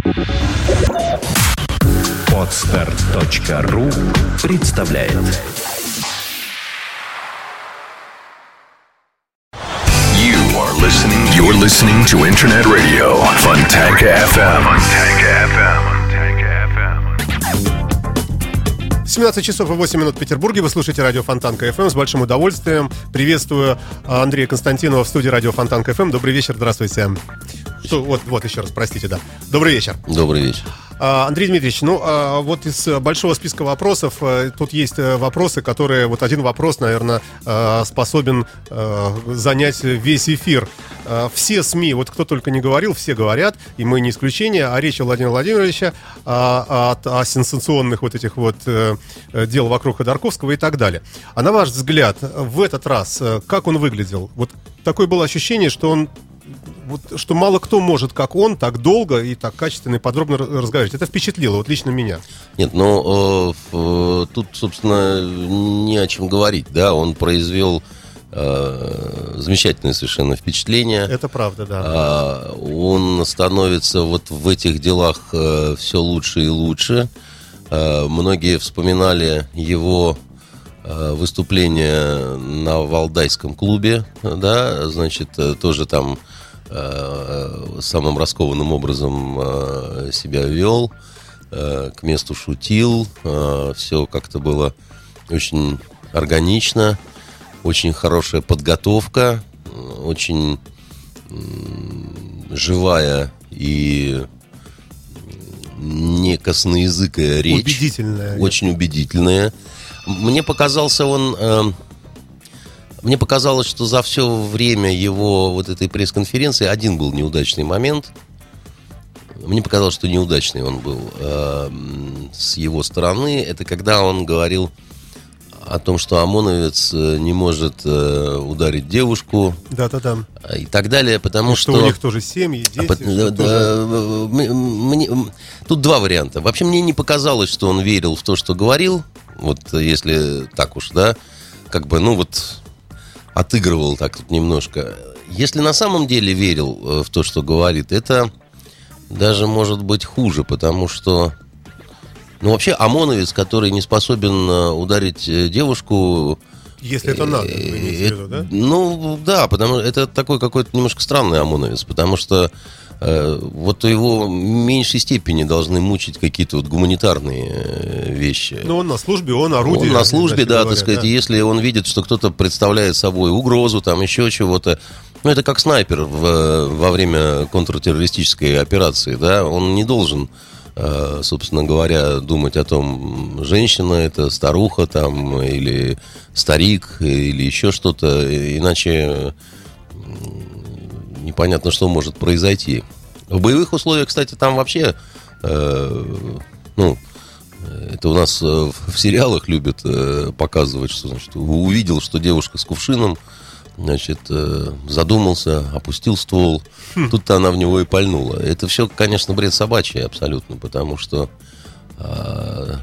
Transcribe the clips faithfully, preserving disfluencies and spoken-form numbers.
Подстер точка ру представляет. You are listening. You're listening to Internet Radio Fontanka эф эм. Fontanka эф эм. семнадцать часов и восемь минут в Петербурге. Вы слушаете радио Фонтанка эф эм. С большим удовольствием приветствую Андрея Константинова в студии радио Фонтанка эф эм. Добрый вечер, здравствуйте. Что, вот, вот еще раз, простите, да. Добрый вечер. Добрый вечер. Андрей Дмитриевич, ну вот из большого списка вопросов тут есть вопросы, которые, вот один вопрос, наверное, способен занять весь эфир. Все СМИ, вот кто только не говорил, все говорят, и мы не исключение, о речи Владимира Владимировича, о, о, о сенсационных вот этих вот дел вокруг Ходорковского и так далее. А на ваш взгляд, в этот раз, как он выглядел? Вот такое было ощущение, что он Вот, что мало кто может, как он, так долго и так качественно и подробно разговаривать. Это впечатлило, вот лично меня. Нет, ну, э, тут, собственно, не о чем говорить, да, он произвел э, замечательное совершенно впечатление. Это правда, да. Э, он становится вот в этих делах э, все лучше и лучше. Э, многие вспоминали его э, выступление на Валдайском клубе, да, значит, тоже там самым раскованным образом себя вел, к месту шутил, все как-то было очень органично, очень хорошая подготовка, очень живая и не косноязыкая речь. Убедительная. Очень убедительная. Мне показался он... Мне показалось, что за все время его вот этой пресс-конференции один был неудачный момент. Мне показалось, что неудачный он был э, с его стороны. Это когда он говорил о том, что ОМОНовец не может э, ударить девушку. Да-да-да. И так далее, потому и что... что у них тоже семьи, дети. А, да, тоже... мне, мне, тут два варианта. Вообще мне не показалось, что он верил в то, что говорил. Вот если так уж, да. Как бы, ну вот... отыгрывал так вот немножко. Если на самом деле верил в то, что говорит, это даже может быть хуже, потому что, ну, вообще ОМОНовец, который не способен ударить девушку... Если это надо, вы имеете в виду, да? Ну, да, потому что это такой какой-то немножко странный ОМОНовец, потому что э, вот его в меньшей степени должны мучить какие-то вот гуманитарные вещи. Ну, он на службе, он орудие. Он на службе, да, говоря, так сказать, да. И если он видит, что кто-то представляет собой угрозу, там еще чего-то, ну, это как снайпер в, во время контртеррористической операции, да, он не должен... собственно говоря, думать о том, женщина это, старуха там, или старик, или еще что-то, иначе непонятно, что может произойти. В боевых условиях, кстати, там вообще, э, ну, это у нас в сериалах любят э, показывать, что, значит, увидел, что девушка с кувшином, значит, задумался, опустил ствол. Хм. Тут-то она в него и пальнула. Это все, конечно, бред собачий абсолютно, потому что а,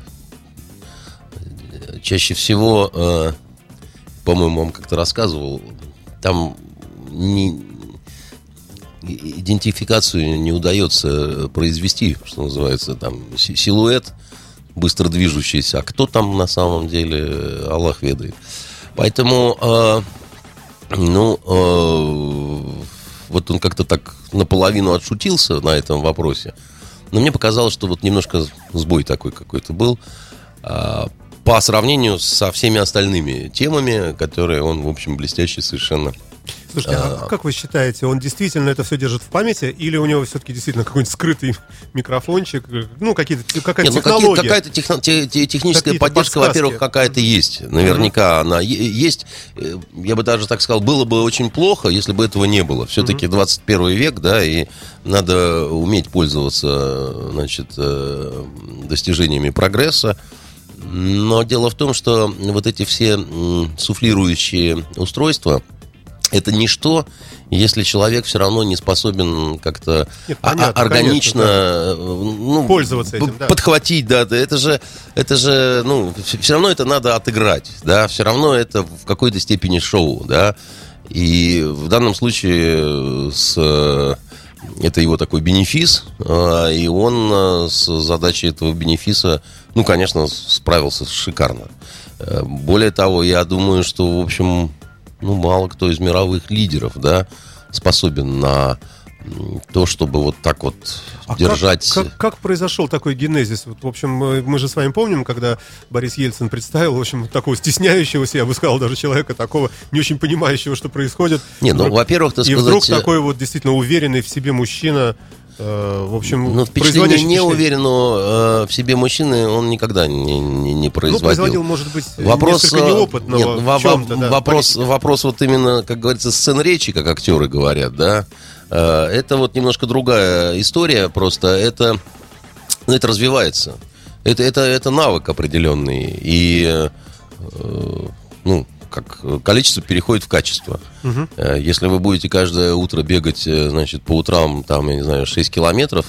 чаще всего, а, по-моему, вам как-то рассказывал, там не, идентификацию не удается произвести, что называется, там силуэт быстро движущийся, а кто там на самом деле, Аллах ведает. Поэтому... А, Ну, э, вот он как-то так наполовину отшутился на этом вопросе. Но мне показалось, что вот немножко сбой такой какой-то был э, по сравнению со всеми остальными темами, которые он, в общем, блестяще совершенно. Слушайте, а как вы считаете, он действительно это все держит в памяти, или у него все-таки действительно какой-нибудь скрытый микрофончик, ну, какие-то, какая-то Нет, ну, технология? Какая-то техно- те- те- техническая Какие-то поддержка, подсказки. во-первых, какая-то есть. Наверняка uh-huh. она есть. Я бы даже так сказал, было бы очень плохо, если бы этого не было. Все-таки uh-huh. двадцать первый век, да, и надо уметь пользоваться, значит, достижениями прогресса. Но дело в том, что вот эти все суфлирующие устройства, это ничто, если человек все равно не способен как-то Нет, понятно, органично конечно, да. ну, пользоваться этим, да. подхватить, да, это же, это же, ну, все равно это надо отыграть, да, все равно это в какой-то степени шоу, да, и в данном случае с это его такой бенефис, и он с задачей этого бенефиса, ну, конечно, справился шикарно. Более того, я думаю, что, в общем, ну, мало кто из мировых лидеров, да, способен на то, чтобы вот так вот а держать... Как, как, как произошел такой генезис? Вот, в общем, мы, мы же с вами помним, когда Борис Ельцин представил, в общем, такого стесняющегося, я бы сказал, даже человека такого, не очень понимающего, что происходит. Не, ну, во-первых, так и сказать... вдруг такой вот действительно уверенный в себе мужчина, э, в общем, ну, впечатление неуверенного э, в себе мужчины он никогда не, не, не производил. Ну, производил, может быть, вопрос, несколько неопытного нет, в чем-то, да, вопрос, вопрос вот именно, как говорится, сцен речи, как актеры говорят, да. Это вот немножко другая история, просто это, ну, это развивается. Это, это, это навык определенный. И ну, как количество переходит в качество. Угу. Если вы будете каждое утро бегать, значит, по утрам, там, я не знаю, шесть километров,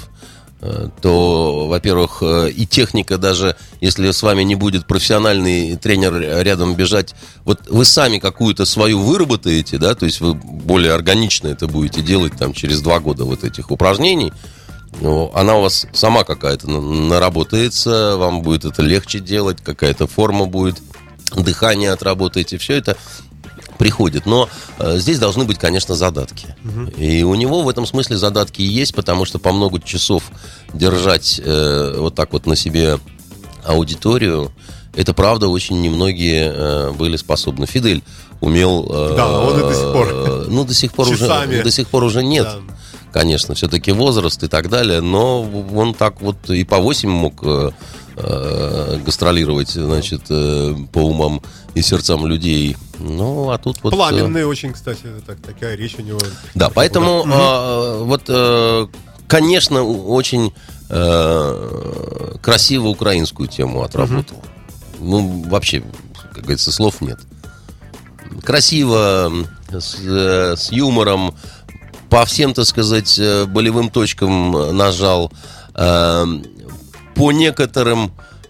то, во-первых, и техника, даже если с вами не будет профессиональный тренер рядом бежать, вот вы сами какую-то свою выработаете, да, то есть вы более органично это будете делать там через два года вот этих упражнений, ну, она у вас сама какая-то наработается, вам будет это легче делать, какая-то форма будет, дыхание отработаете, все это приходит. Но э, здесь должны быть, конечно, задатки. Угу. И у него в этом смысле задатки и есть, потому что по много часов держать э, вот так вот на себе аудиторию, это правда, очень немногие э, были способны. Фидель умел... Э, да, он и до сих пор. Э, ну, до сих пор, уже, до сих пор уже нет. Да. Конечно, все-таки возраст и так далее, но он так вот и по восемь мог э, э, гастролировать, значит, э, по умам и сердцам людей. Ну, а тут вот... Пламенный э... очень, кстати, так, такая речь у него. Да, поэтому угу. э, вот, э, конечно, очень э, красиво украинскую тему отработал. Угу. Ну, вообще, как говорится, слов нет. Красиво, с, с юмором, по всем, так сказать, болевым точкам нажал, э, по некоторым,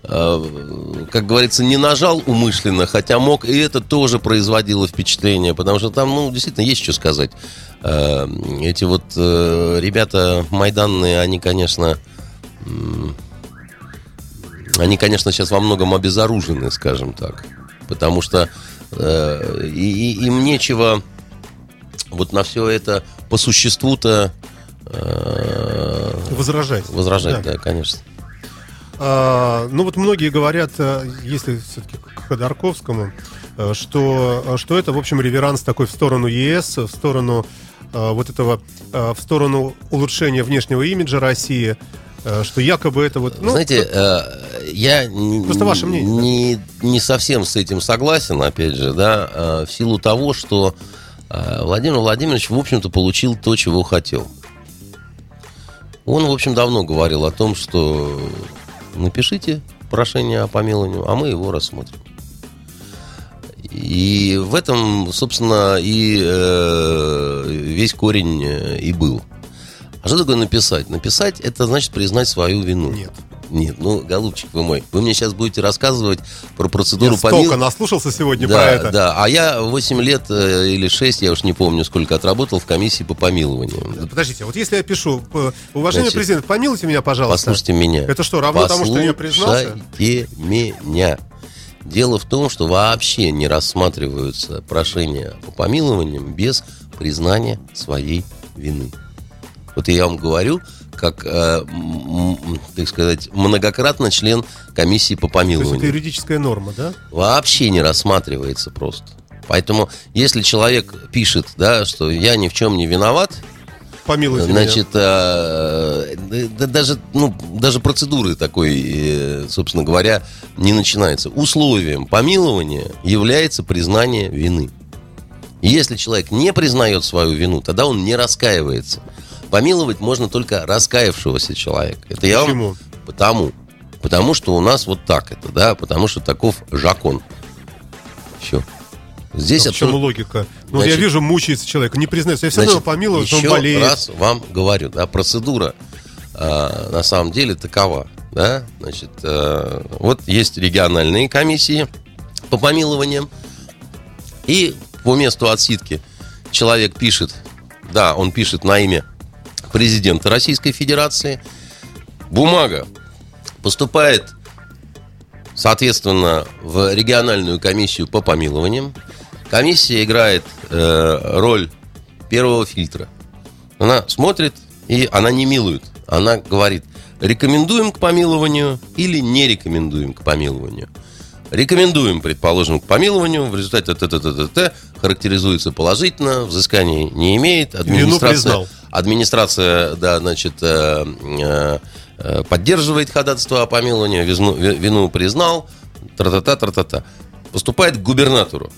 э, как говорится, не нажал умышленно, хотя мог, и это тоже производило впечатление, потому что там, ну, действительно, есть что сказать. Э, эти вот э, ребята майданные, они, конечно, э, они, конечно, сейчас во многом обезоружены, скажем так, потому что э, и, и, им нечего вот на все это по существу-то э, возражать. Возражать, да, да, конечно. А, ну вот многие говорят, если все-таки к Ходорковскому, что, что это, в общем, реверанс такой в сторону ЕС, в сторону а, вот этого, а, в сторону улучшения внешнего имиджа России, а, что якобы это вот... Ну, знаете, э, я просто не, ваше мнение, не, да? не совсем с этим согласен, опять же, да, э, в силу того, что Владимир Владимирович, в общем-то, получил то, чего хотел. Он, в общем, давно говорил о том, что напишите прошение о помиловании, а мы его рассмотрим. И в этом, собственно, и э, весь корень и был. А что такое написать? Написать — это значит признать свою вину. Нет. Нет, ну, голубчик вы мой, вы мне сейчас будете рассказывать про процедуру я помилования. Я столько наслушался сегодня да, про это. Да, а я восемь лет э, или шесть, я уж не помню, сколько отработал в комиссии по помилованию. Подождите, вот если я пишу: уважаемый Значит, президент, помилуйте меня, пожалуйста. Послушайте меня. Это что, равно Послушайте тому, что я признался? Послушайте меня. Дело в том, что вообще не рассматриваются прошения по помилованиям без признания своей вины. Вот я вам говорю, как, э, м, так сказать, многократно член комиссии по помилованию. То есть это юридическая норма, да? Вообще не рассматривается просто. Поэтому, если человек пишет, да, что я ни в чем не виноват, помилуйте значит, э, да, даже, ну, даже процедуры такой, э, собственно говоря, не начинается. Условием помилования является признание вины. И если человек не признает свою вину, тогда он не раскаивается. Помиловать можно только раскаявшегося человека. Это я Почему? Вам... Потому. Потому что у нас вот так это, да, потому что таков закон. Все. Здесь а в чем логика? Ну, значит, я вижу, мучается человек, не признается. Я все равно помилую, что он болеет. Еще раз вам говорю, да, процедура э, на самом деле такова, да, значит, э, вот есть региональные комиссии по помилованиям, и по месту отсидки человек пишет, да, он пишет на имя президента Российской Федерации. Бумага поступает, соответственно, в региональную комиссию по помилованиям. Комиссия играет э, роль первого фильтра. Она смотрит, и она не милует. Она говорит, рекомендуем к помилованию или не рекомендуем к помилованию. Рекомендуем, предположим, к помилованию. В результате т-т-т-т-т характеризуется положительно, взысканий не имеет. Администрация, администрация да, значит, э, э, поддерживает ходатайство о помиловании, вину, вину признал, тра-та-та, тра-та-та. Поступает к губернатору.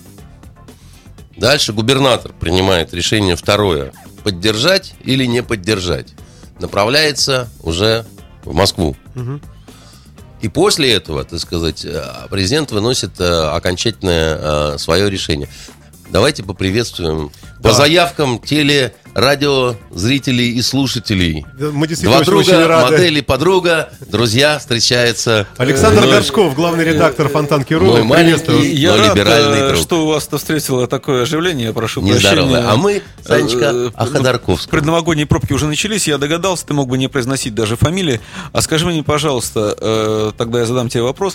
Дальше губернатор принимает решение второе. Поддержать или не поддержать. Направляется уже в Москву. Угу. И после этого, так сказать, президент выносит окончательное свое решение. Давайте поприветствуем да. по заявкам теле, радио, зрителей и слушателей. Мы действительно Два очень друга, рады. модель и подруга, друзья, встречаются. Александр мой, Горшков, главный редактор Фонтанки.ру. Мой маленький, я но рад, либеральный друг. Что у вас-то встретило такое оживление, я прошу Нездоровое. прощения. А мы, Санечка, о Ходорковском. Предновогодние пробки уже начались, я догадался, ты мог бы не произносить даже фамилии. А скажи мне, пожалуйста, тогда я задам тебе вопрос.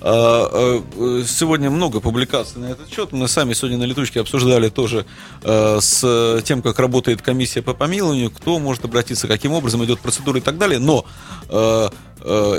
Сегодня много публикаций на этот счет. Мы сами сегодня на летучке обсуждали тоже с тем, как работает комиссия по помилованию, кто может обратиться, каким образом идет процедура и так далее. Но э, э,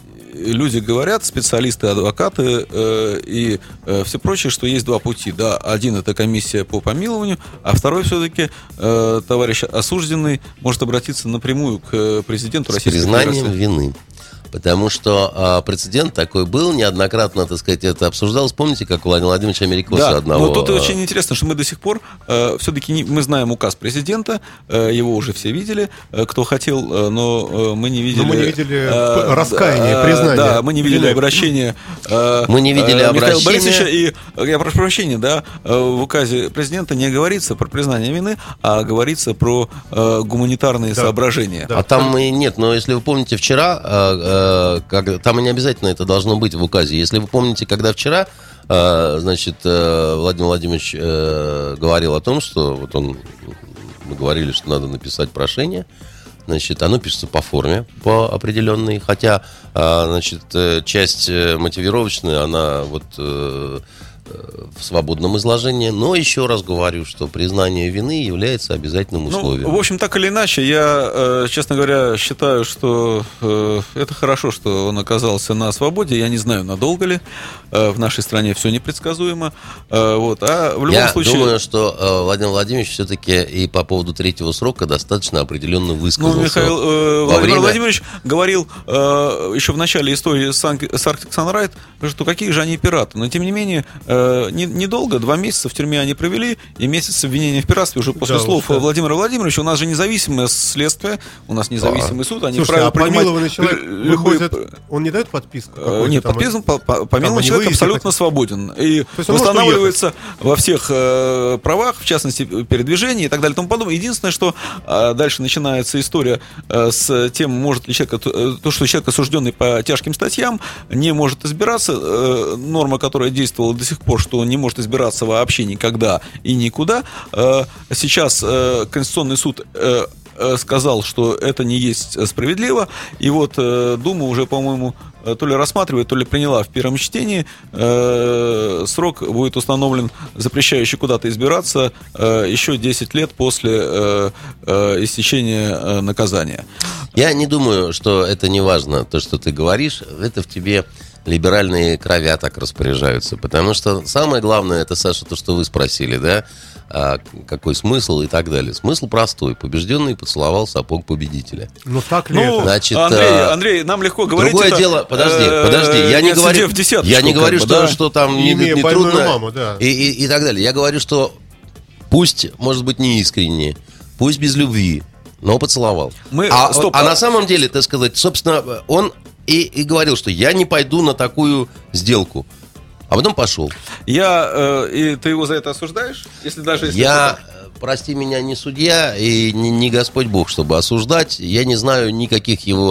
люди говорят, специалисты, адвокаты э, и э, все прочее, что есть два пути. Да, один — это комиссия по помилованию, а второй все-таки э, товарищ осужденный может обратиться напрямую к президенту Российской Федерации. С признанием вины. Потому что а, прецедент такой был, неоднократно, так сказать, это обсуждалось. Помните, как Владимир Владимирович Америкоса да, одного... но тут очень интересно, что мы до сих пор э, все-таки не, мы знаем указ президента, э, его уже все видели, э, кто хотел, э, но э, мы не видели... Но мы не видели э, раскаяния, э, признания. Да, мы не видели обращения э, Мы не видели э, обращения. Михаила Борисовича, и, я прошу прощения, да, в указе президента не говорится про признание вины, а говорится про э, гуманитарные да. соображения. Да. А там и нет, но если вы помните вчера... Э, э, как, там и не обязательно это должно быть в указе. Если вы помните, когда вчера, э, значит, э, Владимир Владимирович э, говорил о том, что вот он, мы говорили, что надо написать прошение, значит, оно пишется по форме, по определенной, хотя, э, значит, часть мотивировочная, она вот э, в свободном изложении, но еще раз говорю, что признание вины является обязательным условием. Ну, в общем, так или иначе, я, честно говоря, считаю, что э, это хорошо, что он оказался на свободе. Я не знаю, надолго ли. Э, в нашей стране все непредсказуемо. Э, вот. А в любом я случае... думаю, что э, Владимир Владимирович все-таки и по поводу третьего срока достаточно определенно высказался. Ну, Михаил э, Владимир время... Владимирович говорил э, еще в начале истории с Arctic Sunrise, что какие же они пираты. Но, тем не менее, э, недолго, два месяца в тюрьме они провели, и месяц обвинения в пиратстве уже после да, слов да. Владимира Владимировича. У нас же независимое следствие, у нас независимый а. суд, они Слушай, вправе а помилованный человек любые... выходит, он не дает подписку? Нет, подписан, по, по, помилованный человек абсолютно хотите? свободен. И восстанавливается во всех э, правах, в частности, передвижении и так далее и тому подобное. Единственное, что э, дальше начинается история э, с тем, может ли человек, э, то, что человек, осужденный по тяжким статьям, не может избираться. Э, норма, которая действовала до сих пор, что он не может избираться вообще никогда и никуда. Сейчас Конституционный суд сказал, что это не есть справедливо. И вот Дума уже, по-моему, то ли рассматривает, то ли приняла в первом чтении. Срок будет установлен, запрещающий куда-то избираться, еще десять лет после истечения наказания. Я не думаю, что это не важно, то, что ты говоришь. Это в тебе... либеральные кровя так распоряжаются. Потому что самое главное, это, Саша, то, что вы спросили, да, а какой смысл и так далее. Смысл простой. Побежденный поцеловал сапог победителя. Ну, так ли ну, это? Значит, Андрей, Андрей, нам легко говорить. Другое это, дело, подожди, подожди. Я не говорю, я не говорю, что, да? что там не, не трудно маму, да. и, и, и так далее. Я говорю, что пусть, может быть, не искренне, пусть без любви, но поцеловал. Мы, а, стоп, а, а на самом деле, так сказать, собственно, он И, и говорил, что я не пойду на такую сделку. А потом пошел. Я, э, и ты его за это осуждаешь? Если даже если я, это... прости меня, не судья и не, не Господь Бог, чтобы осуждать. Я не знаю никаких его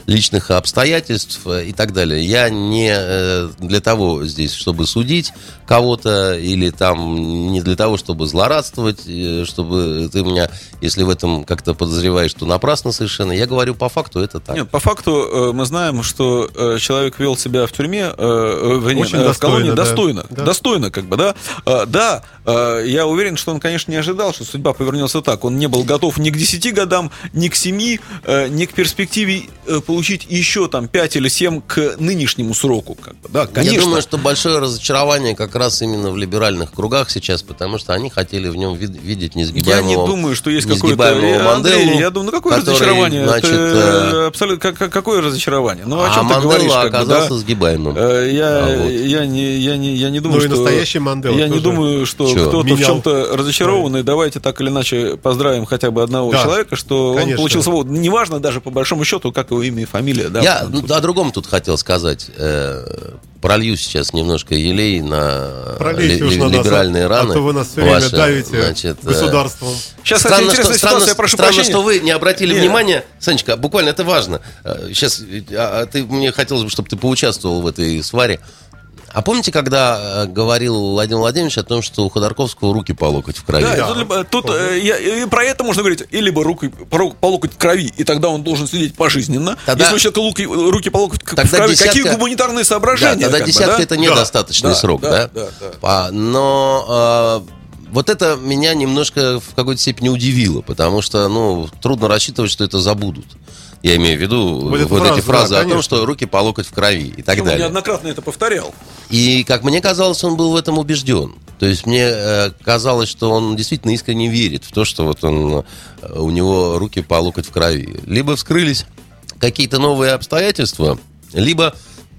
личных обстоятельств и так далее. Я не для того здесь, чтобы судить кого-то, или там не для того, чтобы злорадствовать, чтобы ты меня, если в этом как-то подозреваешь, то напрасно совершенно. Я говорю по факту, это так. Нет, по факту мы знаем, что человек вел себя в тюрьме, в, в колонии да. достойно. Да. Достойно, как бы, да. Да, я уверен, что он, конечно, не ожидал, что судьба повернется так. Он не был готов ни к десяти годам, ни к семи, ни к перспективе получить еще там пять или семь к нынешнему сроку. Как бы, да, конечно. Я думаю, что большое разочарование как раз именно в либеральных кругах сейчас, потому что они хотели в нем вид- видеть несгибаемого, я не думаю, что есть несгибаемого какое-то... Манделу. Андрей, я думаю, ну какое который, разочарование? значит, это абсолютно как, какое разочарование? Ну, о а чем ты Мандела говоришь? оказался как бы, да? сгибаемым. Я, а вот. я, не, я, не, я не думаю, ну, что... настоящий Мандела Я не тоже. думаю, что Чё? кто-то Менял. в чем-то разочарованный. Давайте так или иначе поздравим хотя бы одного да, человека, что конечно. он получил свободу. Неважно даже по большому счету, как его имя и фамилия. Да, Я ну, о другом тут хотел сказать. Э, пролью сейчас немножко елей на Пролейте ли, уж ли, на нас, либеральные а раны. то вы нас все время ваши, давите значит, государством. Сейчас, странно, кстати, интересная что, странно, ситуация, я прошу странно, прощения. что вы не обратили Нет. внимания. Санечка, буквально это важно. Сейчас а, ты, мне хотелось бы, чтобы ты поучаствовал в этой сваре. А помните, когда говорил Владимир Владимирович о том, что у Ходорковского руки по локоть в крови? Да, Да. тут, либо- тут э, я, и про это можно говорить, и либо руки, по, по локоть в крови, и тогда он должен сидеть пожизненно. Тогда- Если у человека луки, руки по локоть в Тогда крови, десятка- какие гуманитарные Да, соображения? тогда как бы, десятка да? это недостаточный Да, срок, да, да? да, да. А, но а, вот это меня немножко в какой-то степени удивило, потому что, ну, трудно рассчитывать, что это забудут. Я имею в виду Вот вот, эту фразу, эти фразы да, о том, конечно. что руки по локоть в крови и так Причем он далее. неоднократно это повторял. И, как мне казалось, он был в этом убежден. То есть мне э, казалось, что он действительно искренне верит в то, что вот он, э, у него руки по локоть в крови. Либо вскрылись какие-то новые обстоятельства, либо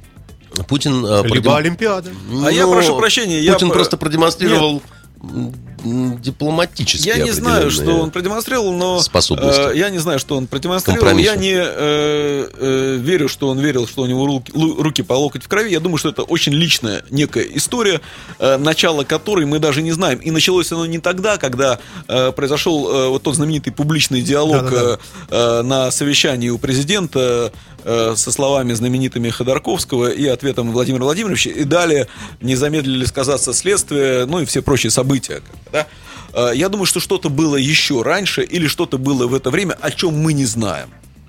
Путин... э, Либо продем- Олимпиада. А я Ну, прошу прощения, я Путин по- просто продемонстрировал м, м, дипломатически Я не знаю, что определенные он продемонстрировал, но способности. э, я не знаю, что он продемонстрировал. Компромиссы. Я не э, э, верю, что он верил, что у него руки, лу- руки по локоть в крови. Я думаю, что это очень личная некая история, э, начало которой мы даже не знаем. И началось оно не тогда, когда э, произошел э, вот тот знаменитый публичный диалог Да-да-да. э, э, на совещании у президента э, со словами знаменитыми Ходорковского и ответом Владимира Владимировича. И далее не замедлили сказаться следствие, ну и все прочие события. как бы, да. Э, Я думаю, что что-то было еще раньше или что-то было в это время, о чем мы не знаем.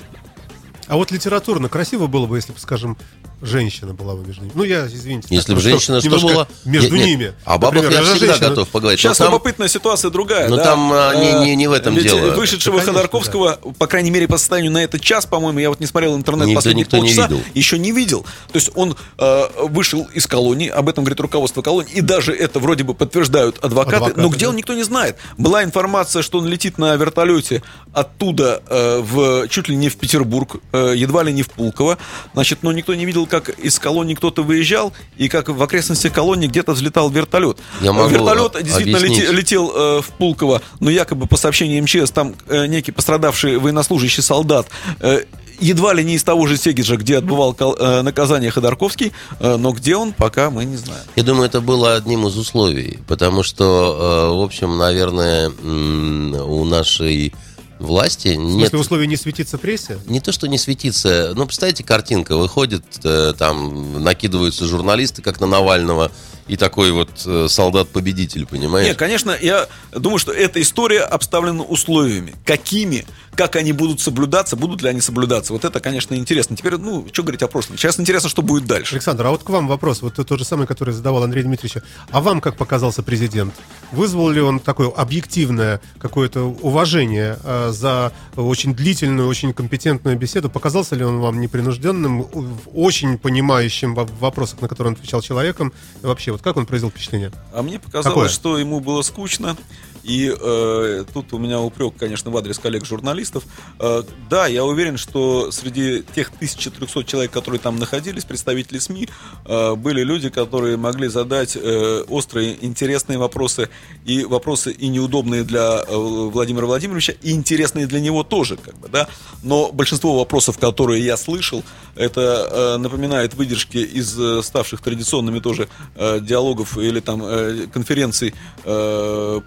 А вот литературно красиво было бы, если бы, скажем, женщина была бы между ними. Ну, я, извините. Если так, бы ну, женщина что немножко была? между Нет, нет. ними. О бабах Например, я даже всегда женщина- готов поговорить. Сейчас Но там- любопытная ситуация другая. но да. там, а, не- не- не в этом Ведь дело. вышедшего Да, конечно, Ходорковского, по крайней мере, по состоянию на этот час, по-моему, я вот не смотрел интернет Никто- последние никто не полчаса, видел. еще не видел. То есть он э, вышел из колонии, об этом говорит руководство колонии, и даже это вроде бы подтверждают адвокаты, Адвокаты, но где да. он, никто не знает. Была информация, что он летит на вертолете оттуда э, в, чуть ли не в Петербург, э, едва ли не в Пулково, значит, но никто не видел, как из колонии кто-то выезжал, и как в окрестностях колонии где-то взлетал вертолет. Я могу Вертолет действительно объяснить. лете- летел э, в Пулково, но якобы по сообщениям МЧС там э, некий пострадавший военнослужащий солдат э, едва ли не из того же Сегежа, где отбывал кол- э, наказание Ходорковский, э, но где он, пока мы не знаем. Я думаю, это было одним из условий, потому что, э, в общем, наверное, м, у нашей власти В нет... смысле, условия не светиться прессе? Не то, что не светится, ну, представьте, картинка выходит, э, там накидываются журналисты, как на Навального, и такой вот э, солдат-победитель, понимаешь? Нет, конечно, я думаю, что эта история обставлена условиями. Какими, как они будут соблюдаться, будут ли они соблюдаться. Вот это, конечно, интересно. Теперь, ну, что говорить о прошлом. Сейчас интересно, что будет дальше. Александр, а вот к вам вопрос, вот тот же самый, который задавал Андрей Дмитриевич. А вам как показался президент? Вызвал ли он такое объективное какое-то уважение э, за очень длительную, очень компетентную беседу? Показался ли он вам непринужденным, очень понимающим в вопросах, на которые он отвечал, человеком? И вообще, вот как он произвел впечатление? А мне показалось, Какое? что ему было скучно. И э, тут у меня упрек, конечно, в адрес коллег-журналистов. Э, да, я уверен, что среди тех тысячи трехсот человек, которые там находились, представители СМИ, э, были люди, которые могли задать э, острые, интересные вопросы. И вопросы и неудобные для э, Владимира Владимировича, и интересные для него тоже. Как бы, да? Но большинство вопросов, которые я слышал, это э, напоминает выдержки из э, ставших традиционными тоже э, диалогов или там э, конференций э, Путина с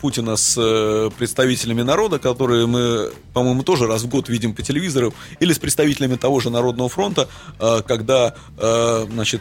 с представителями народа, которые мы, по-моему, тоже раз в год видим по телевизору, или с представителями того же Народного фронта, когда, значит,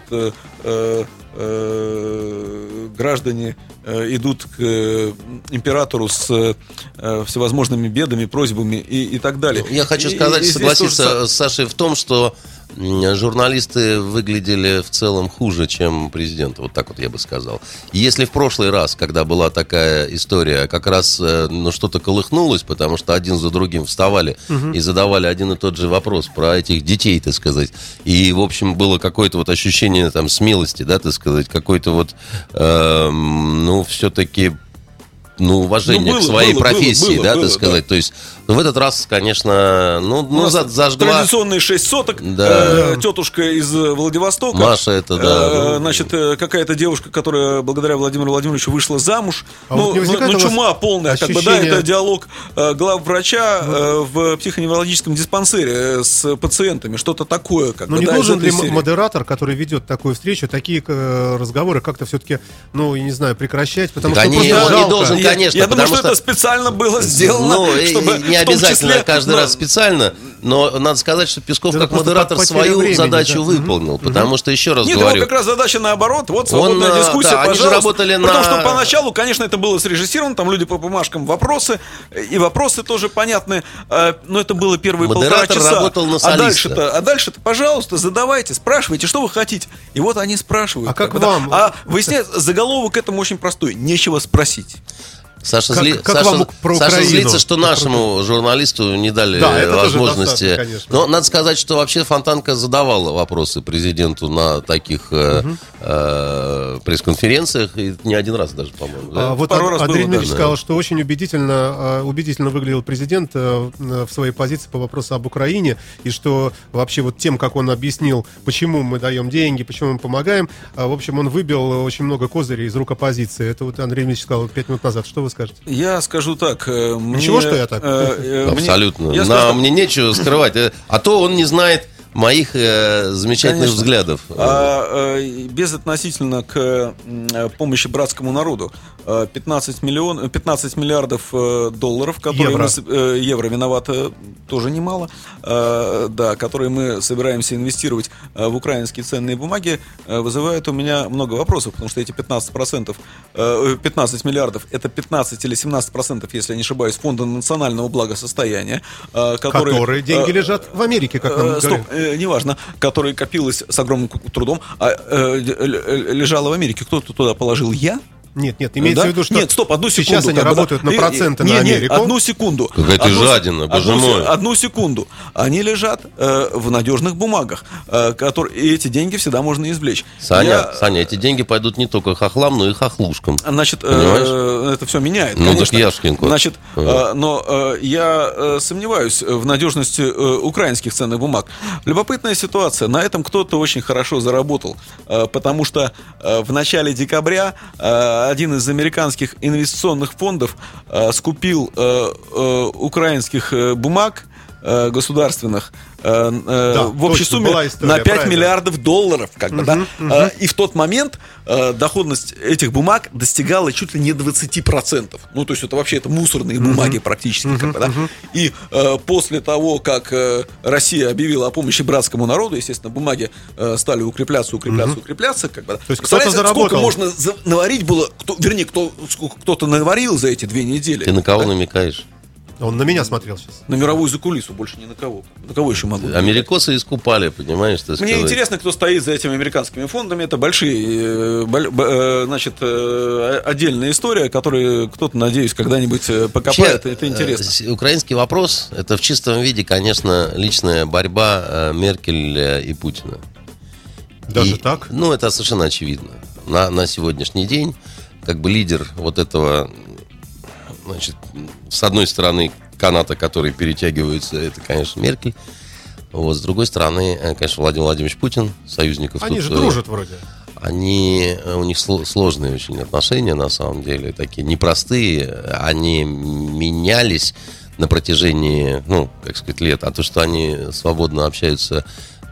граждане идут к императору с всевозможными бедами, просьбами и, и так далее. Я хочу сказать, и, и согласиться тоже... с Сашей в том, что журналисты выглядели в целом хуже, чем президент. Вот так вот я бы сказал. Если в прошлый раз, когда была такая история, как раз ну, что-то колыхнулось, потому что один за другим вставали угу. и задавали один и тот же вопрос про этих детей, так сказать. И, в общем, было какое-то вот ощущение там смелости, да, так сказать, какой-то вот, э, ну, все-таки... Ну, уважение ну, было, к своей было, профессии, было, да, было, так сказать. Да. То есть, в этот раз, конечно, ну, ну зажгла... Традиционные шесть соток. Да. Э, тетушка из Владивостока. Маша это, да. Э, значит, какая-то девушка, которая благодаря Владимиру Владимировичу вышла замуж. А ну, вот ну, чума полная, ощущение... как бы, да, это диалог э, главврача э, в психоневрологическом диспансере с пациентами. Что-то такое. Как Но бы, не да, должен ли серии. модератор, который ведет такую встречу, такие э, разговоры как-то все-таки, ну, я не знаю, прекращать? Потому да что не, он не должен, я, конечно. Я думаю, что, что это специально было сделано, ну, чтобы не обязательно числе, каждый но... раз специально, но надо сказать, что Песков это как модератор свою времени, задачу да. выполнил, угу. потому что, еще раз Нет, говорю... Нет, как раз задача наоборот, вот свободная он, дискуссия, да, пожалуйста. Они же работали Потому на... что поначалу, конечно, это было срежиссировано, там люди по бумажкам вопросы, и вопросы тоже понятны, но это было первые модератор полтора часа. Работал на а дальше-то, а дальше-то, пожалуйста, задавайте, спрашивайте, что вы хотите. И вот они спрашивают. А как как вам? Да. А выясняется, заголовок к этому очень простой, нечего спросить. Саша, как, зли... как Саша, про Саша злится, что нашему журналисту не дали да, возможности. Но надо сказать, что вообще Фонтанка задавала вопросы президенту на таких угу. э, пресс-конференциях, и не один раз даже, по-моему. Да? А, вот Пару Андрей Дмитриевич да, сказал, да. что очень убедительно, убедительно выглядел президент в своей позиции по вопросу об Украине, и что вообще вот тем, как он объяснил, почему мы даем деньги, почему мы помогаем, в общем, он выбил очень много козырей из рук оппозиции. Это вот Андрей Дмитриевич сказал пять минут назад. Что вы скажете? Я скажу так. Мне, Ничего, что я так? Э, э, Абсолютно. Мне, На, скажу, мне нечего скрывать. А то он не знает моих э, замечательных Конечно. взглядов. А, э, безотносительно к э, помощи братскому народу. пятнадцать миллионов, пятнадцать миллиардов э, долларов, которые евро. мы... Э, евро виновато тоже немало. Э, да, которые мы собираемся инвестировать э, в украинские ценные бумаги, э, вызывает у меня много вопросов, потому что эти пятнадцать процентов, э, пятнадцать миллиардов, это пятнадцать или семнадцать процентов, если я не ошибаюсь, фонда национального благосостояния. Э, которые, которые деньги э, лежат в Америке, как нам э, стоп, э, неважно, которые копилось с огромным трудом, а э, лежало в Америке. Кто-то туда положил? Я? Нет, нет, имеется да? в виду, что нет, стоп, одну секунду, сейчас они работают бы, на проценты не, на не, Америку. Одну секунду. Какая ты жадина, боже одну, мой. Одну секунду. Они лежат э, в надежных бумагах, э, которые, и эти деньги всегда можно извлечь. Саня, Я, Саня, эти деньги пойдут не только хохлам, но и хохлушкам. Значит, э, это все меняет. Ну, конечно. так яшкинку. Значит, э, но э, я э, сомневаюсь в надежности э, украинских ценных бумаг. Любопытная ситуация. На этом кто-то очень хорошо заработал, э, потому что э, в начале декабря э, один из американских инвестиционных фондов э, скупил э, э, украинских э, бумаг э, государственных э, э, да, в общей точно, сумме история, на пять правильно. миллиардов долларов. Как бы, угу, да? угу. э, и в тот момент э, доходность этих бумаг достигала чуть ли не двадцать процентов. Ну, то есть это вообще это мусорные угу. бумаги практически. Угу, как бы, да? угу. И э, после того, как э, Россия объявила о помощи братскому народу, естественно, бумаги э, стали укрепляться, укрепляться, угу. укрепляться. Как бы, да? То есть кто-то заработал. Сколько можно за- наварить было, кто, вернее, кто, сколько, кто-то наварил за эти две недели. Ты на кого да? намекаешь? Он на меня смотрел сейчас. На мировую закулису, больше ни на кого. На кого еще могу? Америкосы искупали, понимаешь? Так Мне сказать. интересно, кто стоит за этими американскими фондами. Это большие, значит, отдельная история, которую кто-то, надеюсь, когда-нибудь покопает. Это интересно. Украинский вопрос – это в чистом виде, конечно, личная борьба Меркель и Путина. Даже и, так? Ну, это совершенно очевидно. На, на сегодняшний день как бы лидер вот этого, значит, с одной стороны каната, который перетягивается, это, конечно, Меркель. Вот, с другой стороны, конечно, Владимир Владимирович Путин, союзников. Они тут, же дружат вроде. Они, у них сложные очень отношения, на самом деле, такие непростые. Они менялись на протяжении, ну, как сказать, лет. А то, что они свободно общаются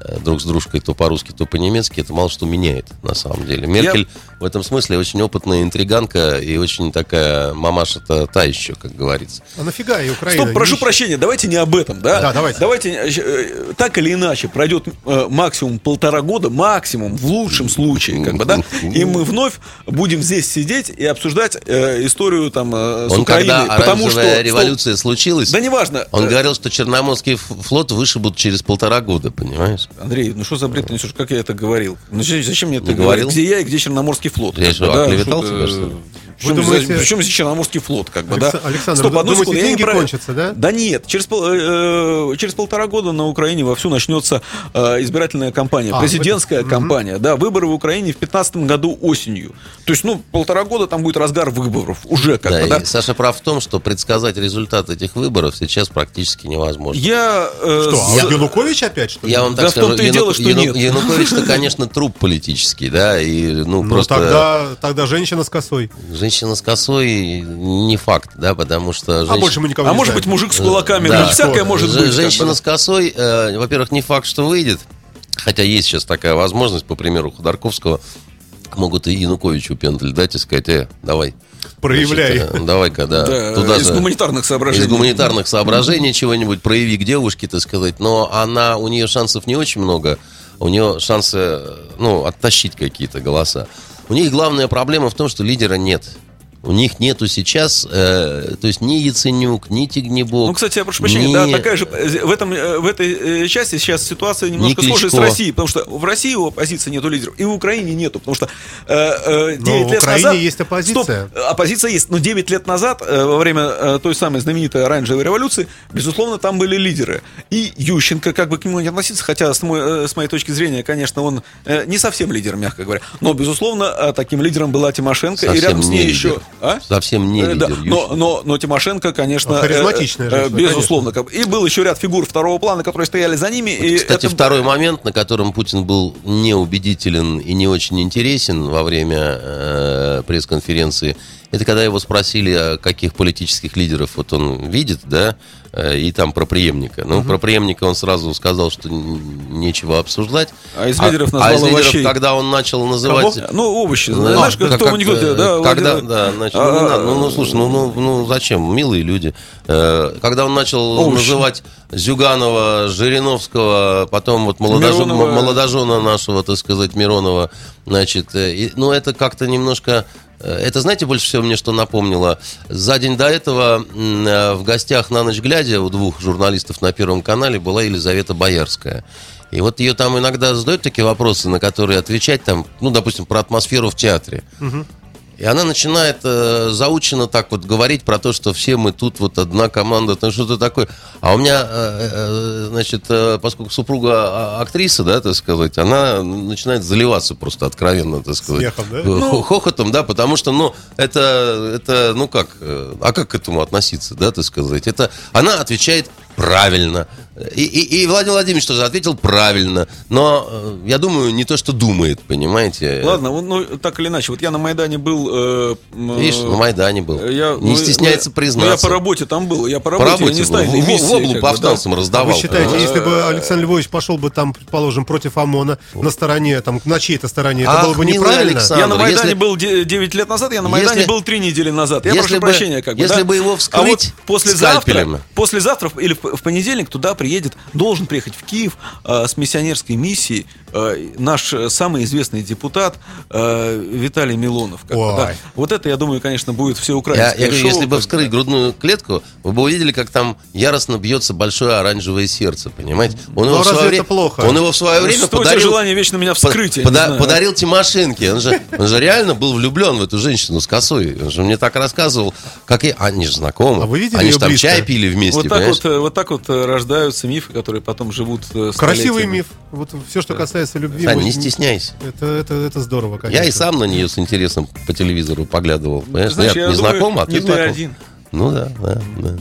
друг с дружкой то по-русски, то по-немецки, это мало что меняет на самом деле. Меркель Я... в этом смысле очень опытная интриганка и очень такая мамаша-то та еще, как говорится. А нафига и Украина? Стоп, прошу не... прощения, давайте не об этом, да? Да, давайте. Давайте, так или иначе, пройдет э, максимум полтора года, максимум, в лучшем случае, как бы, да? И мы вновь будем здесь сидеть и обсуждать э, историю там э, с он, Украиной. Когда потому оранжевая что, революция что... случилась, да неважно. Он говорил, что Черноморский флот вышибут через полтора года, понимаешь? Андрей, ну что за бред ты несешь? Как я это говорил? Ну, зачем мне это говорил? Где я и где Черноморский флот? Я что, да, оклеветал что тебя, что ли? Причем, думаете... причем здесь Черноморский флот, как бы, Алекс... да? Александр, Стоп, одну думаете, секунду, деньги прав... кончатся, да? Да нет, через, пол... э, через полтора года на Украине вовсю начнется э, избирательная кампания, а, президентская это... кампания, угу. Да, выборы в Украине в две тысячи пятнадцатом году осенью. То есть, ну, полтора года там будет разгар выборов, уже как да, бы, да? Саша прав в том, что предсказать результат этих выборов сейчас практически невозможно. Я... Э, что, а я... Янукович опять, что ли? Я вам так да скажу, в том-то и Яну... дело, что Яну... нет. Янукович-то, конечно, труп политический, да, и, ну, ну просто... тогда, тогда женщина с косой. Женщина с косой не факт, да, потому что... Женщина... А больше мы никого а не может знаем. быть, мужик с кулаками, да. ну, всякое может Ж- быть. Женщина как бы. с косой, э, во-первых, не факт, что выйдет, хотя есть сейчас такая возможность, по примеру Ходорковского, могут и Януковичу пендель дать и сказать, э, давай. Проявляй. Значит, э, давай-ка, да. Да, туда из же, гуманитарных соображений. из гуманитарных соображений чего-нибудь прояви к девушке, так сказать. Но она, у нее шансов не очень много. У нее шансы, ну, оттащить какие-то голоса. У них главная проблема в том, что лидера нет. У них нету сейчас, э, то есть ни Яценюк, ни Тягнебок. Ну, кстати, я прошу прощения, ни... да, такая же в этом в этой части сейчас ситуация немножко схожая с Россией, потому что в России у оппозиции нету лидеров, и в Украине нету, потому что э, э, девять но лет в Украине назад есть оппозиция. Стоп, оппозиция есть, но девять лет назад э, во время э, той самой знаменитой оранжевой революции, безусловно, там были лидеры. И Ющенко, как бы к нему не относиться, хотя с, мой, э, с моей точки зрения, конечно, он э, не совсем лидер, мягко говоря, но безусловно э, таким лидером была Тимошенко, совсем и рядом с ней лидер. еще, а? Совсем не лидер. Да, но, но, но Тимошенко, конечно, харизматичная э, э, женщина, безусловно. Конечно. И был еще ряд фигур второго плана, которые стояли за ними. Вот, и кстати, это... второй момент, на котором Путин был неубедителен и не очень интересен во время э, пресс-конференции, это когда его спросили, каких политических лидеров вот он видит, да, и там про преемника. Ну, угу. Про преемника он сразу сказал, что нечего обсуждать. А из лидеров назвал а, а из лидеров, овощей. Когда он начал называть... Кого? Ну, овощи. А, знаешь, как, как в том анекдоте, да? Когда, Владимир... да, значит, а, ну, не надо. Ну, ну, слушай, ну, ну, ну, зачем? Милые люди. Когда он начал овощи. Называть Зюганова, Жириновского, потом вот молодожена, молодожена нашего, так сказать, Миронова, значит, и, ну, это как-то немножко... Это, знаете, больше всего мне что напомнило? За день до этого в гостях «На ночь глядя» у двух журналистов на Первом канале была Елизавета Боярская. И вот ее там иногда задают такие вопросы, на которые отвечать, там, ну, допустим, про атмосферу в театре. Угу. И она начинает э, заученно так вот говорить про то, что все мы тут вот одна команда, там что-то такое. А у меня, э, э, значит, э, поскольку супруга актриса, да, так сказать, она начинает заливаться просто откровенно, так сказать. Смехом, да? Ну, хохотом, да, потому что, ну, это, это, ну как, а как к этому относиться, да, так сказать? Это, она отвечает правильно. И, и, и Владимир Владимирович тоже ответил правильно. Но, я думаю, не то, что думает, понимаете. Ладно, ну, так или иначе, вот я на Майдане был... Э, Видишь, на Майдане был. Я, не ну, стесняется ну, признаться. Ну, я по работе там был, я по работе, по работе я не знаю, в, в, в облу повстанцам раздавал. А вы считаете, если бы Александр Львович пошел бы там, предположим, против ОМОНа, на стороне, там, на чьей-то стороне, это Ах, было бы неправильно? Я на Майдане если... был девять лет назад, я на Майдане если... был три недели назад. Я если прошу бы, прощения, как бы, если да? бы его вскрыть а вот послезавтра, скальпелем. послезавтра или в, в понедельник туда приедет, должен приехать в Киев э, с миссионерской миссией э, наш самый известный депутат э, Виталий Милонов. Как бы, да. Вот это, я думаю, конечно, будет всеукраинское я, я говорю, шоу. Если бы вскрыть грудную клетку, вы бы увидели, как там яростно бьется большое оранжевое сердце, понимаете? Он, его в, свое время, плохо? он его в свое время Что подарил... желание вечно меня вскрыть, я пода- не знаю. Подарил Тимошенко. Он же, он же реально был влюблен в эту женщину с косой. Он же мне так рассказывал, как и... Они же знакомы. А вы видели Они ее же там близко? чай пили вместе, Вот так понимаешь? вот, вот так вот рождаются мифы, которые потом живут столетиями. Красивый миф. Вот все, что касается любви. Сань, мы- не стесняйся. Это, это, это здорово, конечно. Я и сам на нее с интересом по телевизору поглядывал. Понимаешь? Знаешь, я я не думаю, знаком, а ты не ты знаком. один. Ну да, да, да.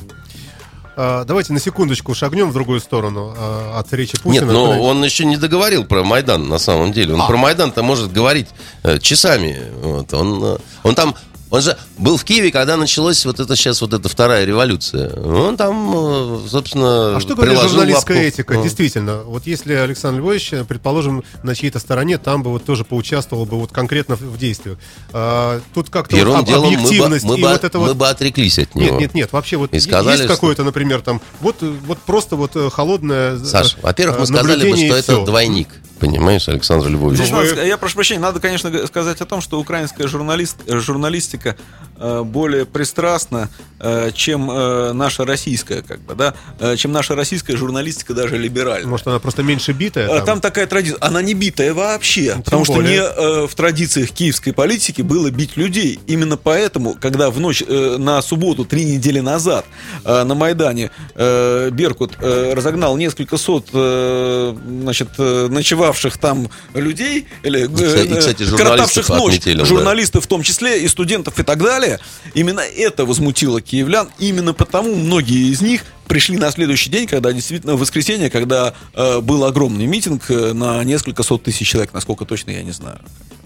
А, давайте на секундочку шагнем в другую сторону а, от речи Путина. Нет, но Когда- он еще не договорил про Майдан, на самом деле. Он А. про Майдан-то может говорить э, часами. Вот. Он, э, он там Он же был в Киеве, когда началась вот это сейчас вот эта вторая революция. Он там, собственно, А что говорит журналистская лапку. этика? Ну. Действительно, вот если Александр Львович, предположим, на чьей-то стороне, там бы вот тоже поучаствовал бы вот конкретно в действиях. А, тут как-то Первым вот, делом объективность мы бы, и мы вот бы, это мы вот... бы отреклись от него. Нет, нет, нет, вообще вот и сказали, есть какое-то, например, там, вот, вот просто вот холодное... Саш, во-первых, мы сказали бы, что это двойник. Понимаешь, Александр Львович? Здесь надо, я прошу прощения, надо, конечно, сказать о том, что украинская журналист, журналистика э, более пристрастна, э, чем э, наша российская, как бы, да, э, чем наша российская журналистика, даже либеральная. Может, она просто меньше битая? Там, там, там такая традиция. Она не битая вообще. Тем потому более. что не э, в традициях киевской политики было бить людей. Именно поэтому, когда в ночь э, на субботу, три недели назад, э, на Майдане э, Беркут э, разогнал несколько сот э, значит, э, ночевавших там людей, или э, и, кстати, коротавших ночь, отметили, журналистов да. в том числе, и студентов и так далее, именно это возмутило киевлян. Именно потому многие из них пришли на следующий день, когда действительно в воскресенье, когда э, был огромный митинг э, на несколько сот тысяч человек, насколько точно, я не знаю.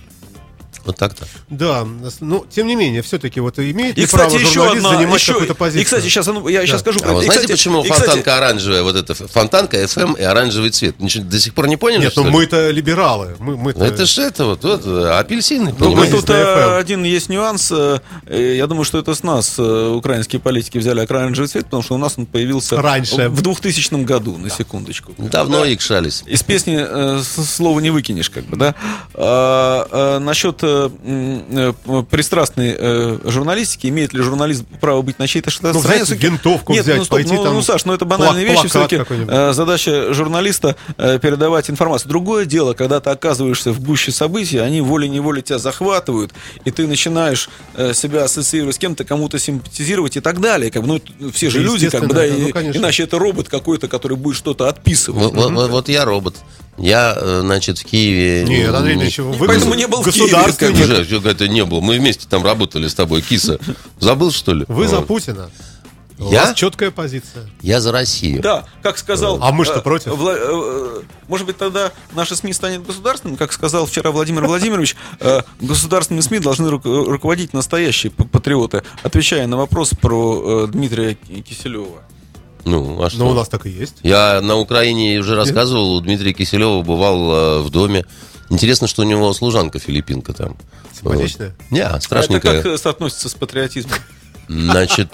Вот так-то. Да, но тем не менее, все-таки вот имеет и, ли кстати, право журналист одна, занимать еще, какую-то позицию? И, кстати, сейчас, я да. сейчас скажу. А вы и, знаете, кстати, почему и, фонтанка кстати, оранжевая, вот эта фонтанка эф эм и оранжевый цвет? Ничего, до сих пор не поняли, Нет, что ну ли? мы-то либералы. Мы, мы Это же это вот, вот апельсины, Ну, понимаете? тут а, один есть нюанс. Я думаю, что это с нас украинские политики взяли оранжевый цвет, потому что у нас он появился раньше. В двухтысячном году, на секундочку. Давно да? икшались. Из песни э, слова не выкинешь, как бы, да. А, а, насчет э, э, пристрастной э, журналистики, имеет ли журналист право быть на чьей-то стороне? Ну, взять винтовку, Нет, взять, ну, стоп, пойти ну, там... ну, Саш, ну это банальные плак- вещи. Все-таки э, задача журналиста э, передавать информацию. Другое дело, когда ты оказываешься в гуще событий, они волей-неволей тебя захватывают, и ты начинаешь э, себя ассоциировать с кем-то, кому-то симпатизировать и так далее. Как бы, ну, все же Да, люди, как бы, да, да, и, ну, иначе это робот какой-то, который будет что-то отписывать. Вот, вот, вот, вот я робот. Я, значит, в Киеве... Нет, Андрей Ильич, вы Поэтому не был в Киеве. Уже это не было. Мы вместе там работали с тобой, киса. Забыл, что ли? Вы за Путина. У Я? вас четкая позиция. Я за Россию. Да, как сказал... А мы что, э, против? Вла- э, может быть, тогда наши СМИ станет государственными, как сказал вчера Владимир Владимирович, э, государственными СМИ должны ру- руководить настоящие патриоты, отвечая на вопрос про э, Дмитрия Киселева. Ну, а что? Но у нас так и есть. Я на Украине уже рассказывал, у Дмитрия Киселева бывал э, в доме. Интересно, что у него служанка филиппинка там. Симпатичная? Вот. Не, страшненькая. Это как соотносится с патриотизмом? Значит,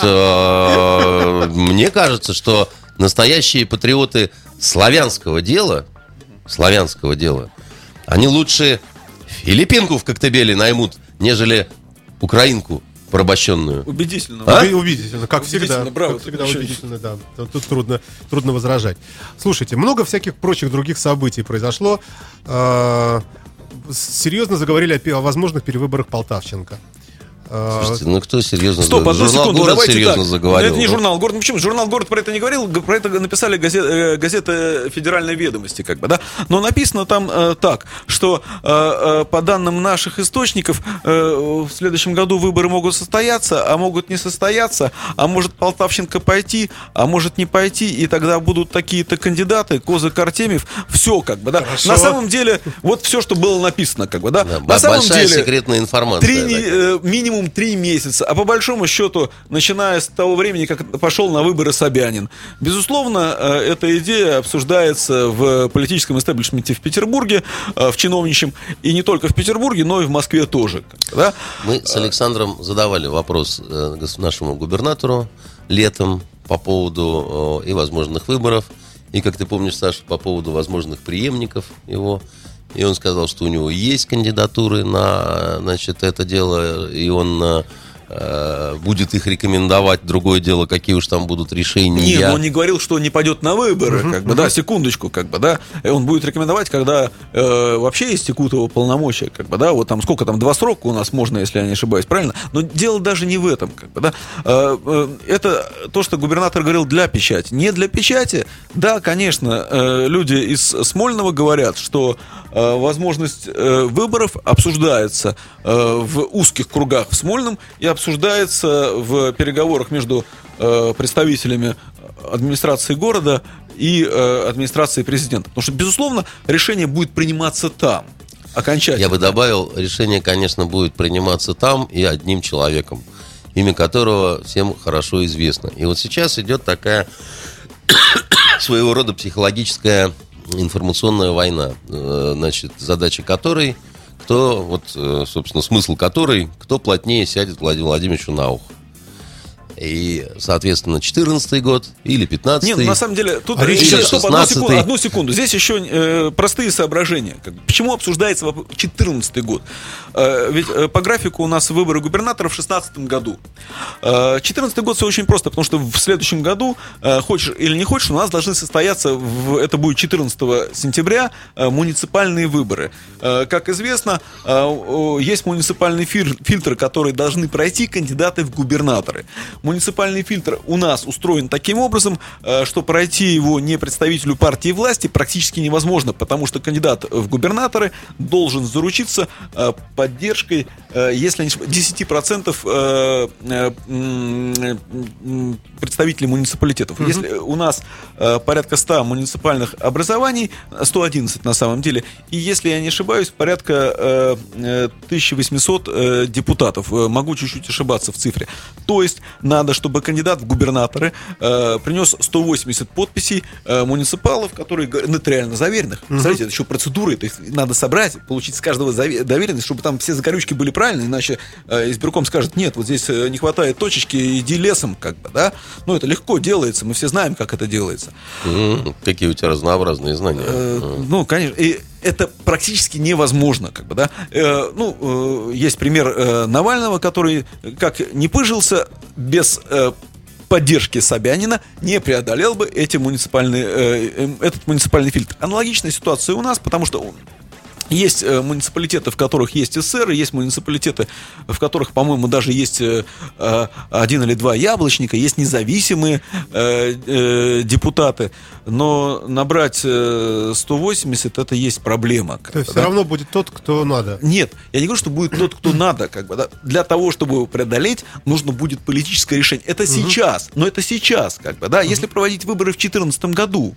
э, мне кажется, что настоящие патриоты славянского дела, славянского дела, они лучше филиппинку в Коктебеле наймут, нежели украинку порабощенную. Убедительно. А? Убедительно, как Убедительно, всегда. браво, Как всегда еще убедительно, да. Тут трудно, трудно возражать. Слушайте, много всяких прочих других событий произошло. Серьезно заговорили о, о возможных перевыборах Полтавченко. Слушайте, ну кто серьезно Стоп, одну журнал секунду, «Город» давайте серьезно так. заговорил. Это не ну. журнал «Город». Ну, почему? Журнал «Город» про это не говорил, про это написали газет, э, газета «Федеральной ведомости», как бы, да? Но написано там э, так, что э, э, по данным наших источников э, в следующем году выборы могут состояться, а могут не состояться, а может Полтавченко пойти, а может не пойти, и тогда будут такие-то кандидаты, Козак, Артемьев, все, как бы, да? Хорошо. На самом деле, вот все, что было написано, как бы, да? Да, На самом большая деле, секретная информация. три, такая. э, минимум три месяца. А по большому счету, начиная с того времени, как пошел на выборы Собянин, безусловно, эта идея обсуждается в политическом истеблишменте в Петербурге, в чиновничьем, и не только в Петербурге, но и в Москве тоже. Да? Мы с Александром задавали вопрос нашему губернатору летом по поводу и возможных выборов, и, как ты помнишь, Саша, по поводу возможных преемников его. И он сказал, что у него есть кандидатуры на, значит, это дело, и он э, будет их рекомендовать. Другое дело, какие уж там будут решения. Не, но он не говорил, что он не пойдет на выборы, uh-huh, как бы, uh-huh. да, секундочку, как бы, да. Он будет рекомендовать, когда э, вообще истекут его полномочия, как бы, да, вот там сколько там, два срока у нас можно, если я не ошибаюсь, правильно? Но дело даже не в этом, как бы, да. Э, э, это то, что губернатор говорил для печати. Не для печати, да, конечно, э, люди из Смольного говорят, что э, возможность э, выборов обсуждается э, в узких кругах в Смольном и обсуждается в переговорах между э, представителями администрации города и э, администрации президента. Потому что, безусловно, решение будет приниматься там. Окончательно. Я бы добавил, решение, конечно, будет приниматься там и одним человеком, имя которого всем хорошо известно. И вот сейчас идет такая своего рода психологическая информационная война, значит, задача которой, кто, вот, собственно, смысл которой, кто плотнее сядет Владимиру Владимировичу на ухо. И, соответственно, четырнадцатый год или пятнадцатый. Нет, ну, на самом деле, тут а еще, стоп, одну, секунду, одну секунду. Здесь еще э, простые соображения. Почему обсуждается четырнадцатый год? Э, ведь э, по графику у нас выборы губернатора в шестнадцатом году. четырнадцатый год все очень просто, потому что в следующем году, э, хочешь или не хочешь, у нас должны состояться, в, это будет четырнадцатого сентября, э, муниципальные выборы. Э, как известно, э, есть муниципальный фир, фильтр, который должны пройти кандидаты в губернаторы. Муниципальный фильтр у нас устроен таким образом, что пройти его не представителю партии власти практически невозможно, потому что кандидат в губернаторы должен заручиться поддержкой, если не десять процентов представителей муниципалитетов. Mm-hmm. Если у нас порядка ста муниципальных образований, сто одиннадцать на самом деле, и если я не ошибаюсь, порядка тысяча восемьсот депутатов, могу чуть-чуть ошибаться в цифре. То есть надо, чтобы кандидат в губернаторы э, принес сто восемьдесят подписей э, муниципалов, которые нотариально заверенных. Mm-hmm. Смотрите, это еще процедуры, то есть надо собрать, получить с каждого доверенность, чтобы там все закорючки были правильные, иначе э, избирком скажет: нет, вот здесь не хватает точечки, иди лесом, как бы, да. Ну, это легко делается, мы все знаем, как это делается. Mm-hmm. Какие у тебя разнообразные знания. Э, mm-hmm. Ну, конечно, и это практически невозможно, как бы, да. Э, ну, э, есть пример э, Навального, который, как не пыжился, без э, поддержки Собянина не преодолел бы эти муниципальные, э, этот муниципальный фильтр. Аналогичная ситуация у нас, потому что есть э, муниципалитеты, в которых есть эсеры, есть муниципалитеты, в которых, по-моему, даже есть э, э, один или два яблочника, есть независимые э, э, депутаты, но набрать э, сто восемьдесят — это есть проблема. То есть да? все равно будет тот, кто надо. Нет, я не говорю, что будет тот, кто надо, как бы, да? Для того, чтобы его преодолеть, нужно будет политическое решение. Это угу. сейчас, но это сейчас, как бы, да. Угу. Если проводить выборы в две тысячи четырнадцатом году.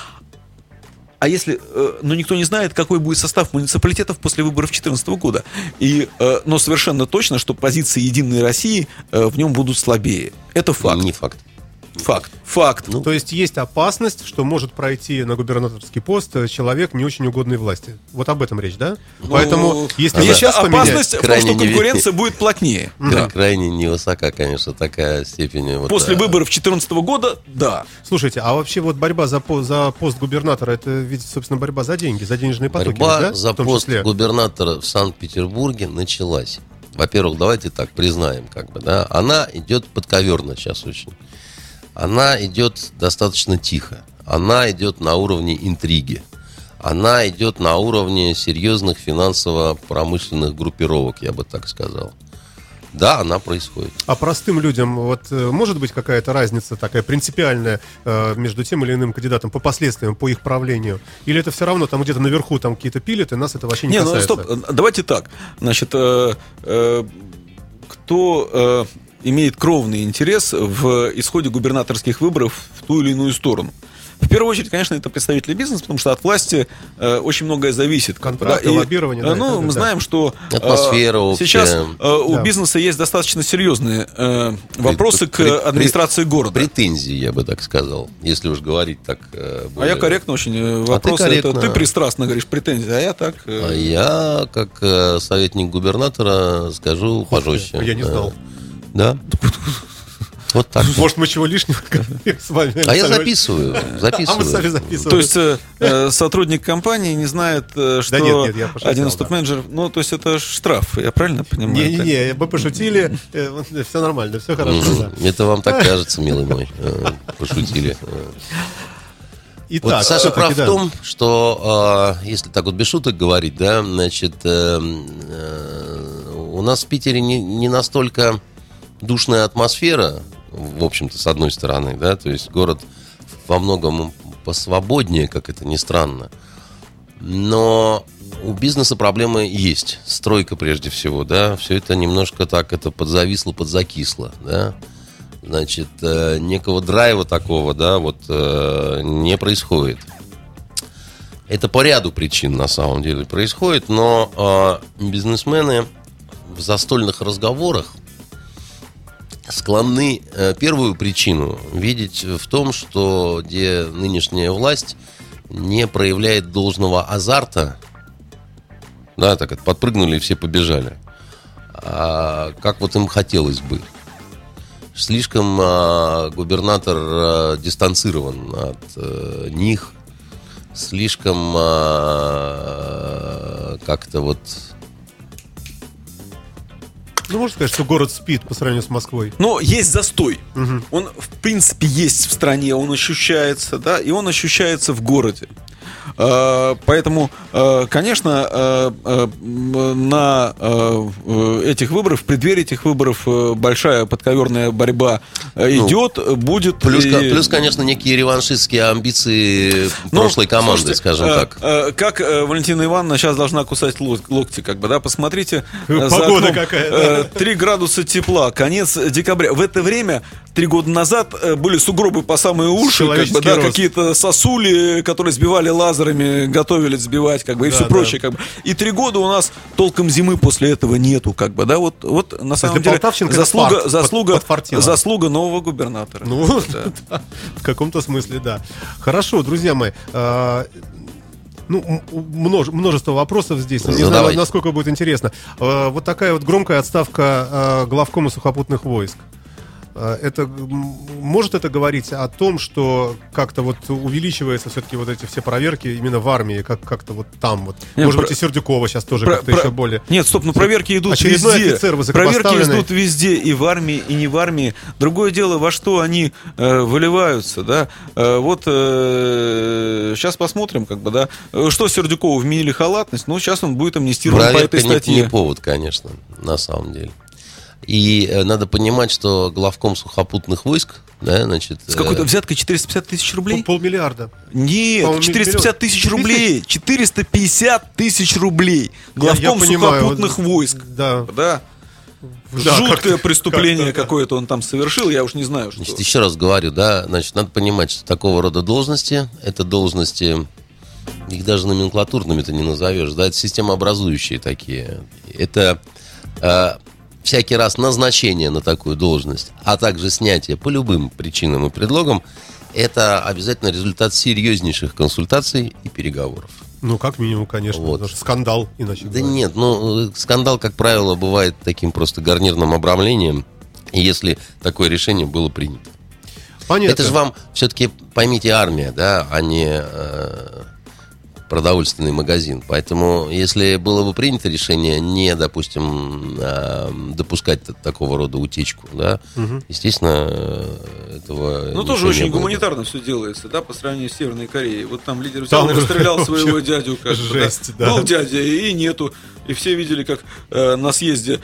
А если, э, ну, никто не знает, какой будет состав муниципалитетов после выборов две тысячи четырнадцатого года. И, э, но совершенно точно, что позиции «Единой России» э, в нем будут слабее. Это факт. Не факт. Факт. Факт. Ну, то есть есть опасность, что может пройти на губернаторский пост человек не очень угодной власти. Вот об этом речь, да? Ну, поэтому если есть сейчас опасность поменять, в том, что конкуренция будет плотнее. Да. Крайне невысока, конечно, такая степень. Вот, после да. выборов две тысячи четырнадцатого года, да. Слушайте, а вообще вот борьба за, за пост губернатора, это ведь, собственно, борьба за деньги, за денежные потоки. Борьба да? за пост числе? губернатора в Санкт-Петербурге началась. Во-первых, давайте так признаем, как бы, да, она идет подковерно сейчас очень. Она идет достаточно тихо. Она идет на уровне интриги. Она идет на уровне серьезных финансово-промышленных группировок, я бы так сказал. Да, она происходит. А простым людям вот может быть какая-то разница такая принципиальная э, между тем или иным кандидатом по последствиям, по их правлению? Или это все равно там где-то наверху там какие-то пилят, и нас это вообще не, не касается? Ну, стоп, давайте так. Значит, э, э, кто... Э, имеет кровный интерес в исходе губернаторских выборов в ту или иную сторону. В первую очередь, конечно, это представители бизнеса, потому что от власти э, очень многое зависит. Контракты, да, и, лоббирование. Да, ну, мы да. знаем, что э, атмосфера общая. Сейчас э, у да. бизнеса есть достаточно серьезные э, вопросы при, к администрации при, города. Претензии, я бы так сказал, если уж говорить так. Э, более... А я корректно очень. Вопросы, а ты, корректно. Это, ты пристрастно говоришь претензии, а я так... Э... А я, как э, советник губернатора, скажу пожестче. Я не знал. Да? Вот так. Может, мы чего лишнего с вами? А я записываю, записываю. А мы сами записываем. То есть э, сотрудник компании не знает, что да нет, нет, я пошутил, один из топ-менеджеров, да. Ну, то есть это штраф, я правильно понимаю? Не-не-не, мы пошутили, все нормально, все хорошо. Да. Это вам так кажется, милый мой, пошутили. Итак, вот Саша прав в том, что э, если так вот без шуток говорить, да, значит, э, э, у нас в Питере не, не настолько душная атмосфера, в общем-то, с одной стороны, да, то есть город во многом посвободнее, как это ни странно, но у бизнеса проблемы есть, стройка прежде всего, да, все это немножко так, это подзависло, подзакисло, да, значит, некого драйва такого, да, вот не происходит. Это по ряду причин на самом деле происходит, но э, бизнесмены в застольных разговорах склонны э, первую причину видеть в том, что где нынешняя власть не проявляет должного азарта, да, так это подпрыгнули и все побежали, а, как вот им хотелось бы. Слишком э, губернатор э, дистанцирован от э, них. Слишком э, как-то вот... Ну, можно сказать, что город спит по сравнению с Москвой. Но есть застой. Угу. Он, в принципе, есть в стране, он ощущается, да, и он ощущается в городе. Поэтому, конечно, на этих выборах, в преддверии этих выборов большая подковерная борьба идет, ну, будет... Плюс, и... плюс, конечно, некие реваншистские амбиции ну, прошлой команды, слушайте, скажем так. Как Валентина Ивановна сейчас должна кусать локти, как бы, да, посмотрите. Погода окном, какая, да. три градуса тепла, конец декабря. В это время, три года назад, были сугробы по самые уши, как бы, да, какие-то сосули, которые сбивали лазерами, готовили сбивать, как бы, и да, все да. прочее, как бы. И три года у нас толком зимы после этого нету, как бы, да, вот, вот на самом деле заслуга, заслуга, заслуга нового губернатора. Ну, да. Да, в каком-то смысле, да. Хорошо, друзья мои, э, ну, множ, множество вопросов здесь, не знаю, давайте. Насколько будет интересно. Э, вот такая вот громкая отставка э, главкома сухопутных войск. Это, может это говорить о том, что как-то вот увеличивается все-таки вот эти все проверки именно в армии, как- как-то вот там вот. Нет, может про... быть, и Сердюкова сейчас тоже про, как-то про... еще более... Нет, стоп, ну проверки идут очередной везде. Офицер проверки идут везде, и в армии, и не в армии. Другое дело, во что они э, выливаются, да. Э, вот э, сейчас посмотрим, как бы, да. Что Сердюкову вменили халатность, ну сейчас он будет амнистирован проверка по этой статье. Не, не повод, конечно, на самом деле. И э, надо понимать, что главком сухопутных войск, да, значит... С какой-то взяткой четыреста пятьдесят тысяч рублей? Полмиллиарда. Нет, по-моему, четыреста пятьдесят тысяч рублей. четыреста пятьдесят тысяч рублей. Главком я, я сухопутных понимаю, войск. Да. Да. Да, жуткое как, преступление как, да, какое-то он там совершил, я уж не знаю, что. Значит, еще раз говорю, да, значит, надо понимать, что такого рода должности, это должности, их даже номенклатурными-то не назовешь, да, это системообразующие такие. Это... Э, всякий раз назначение на такую должность, а также снятие по любым причинам и предлогам, это обязательно результат серьезнейших консультаций и переговоров. Ну, как минимум, конечно. Вот. Скандал, иначе Да говоря. Нет, ну, скандал, как правило, бывает таким просто гарнирным обрамлением, если такое решение было принято. Понятно. Это же вам, все-таки, поймите, армия, да, а не... Э- продовольственный магазин. Поэтому, если было бы принято решение не, допустим, допускать такого рода утечку, да, угу. естественно, этого... Ну, тоже очень гуманитарно все делается, да, по сравнению с Северной Кореей. Вот там лидер взял и расстрелял своего дядю, как жесть, да. Был дядя, и нету. И все видели, как э, на съезде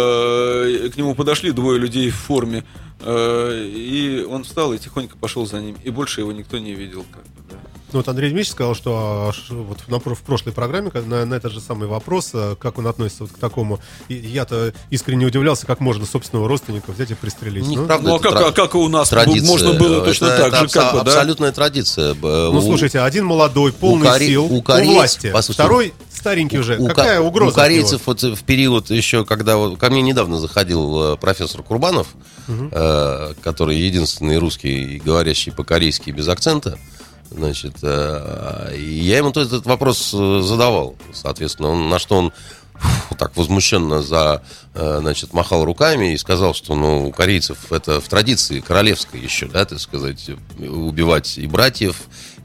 э, к нему подошли двое людей в форме, э, и он встал и тихонько пошел за ним. И больше его никто не видел, как бы, да. Ну, вот Андрей Дмитриевич сказал, что вот в прошлой программе на, на этот же самый вопрос, как он относится вот к такому, и я-то искренне удивлялся, как можно собственного родственника взять и пристрелить. Ну, правда, ну а как, тра- как у нас традиция. Можно было точно это, так это же, абс- как бы, да? Абсолютная традиция. Ну, у, слушайте, один молодой, полный у сил, у, корейц, у власти, второй старенький уже. У, Какая у, угроза? У корейцев вот в период еще, когда вот, ко мне недавно заходил профессор Курбанов, угу. э, который единственный русский, говорящий по-корейски без акцента. Значит, э, я ему этот вопрос задавал, соответственно, он, на что он фу, так возмущенно за, э, значит, махал руками и сказал, что ну, у корейцев это в традиции королевской еще, да, так сказать, убивать и братьев,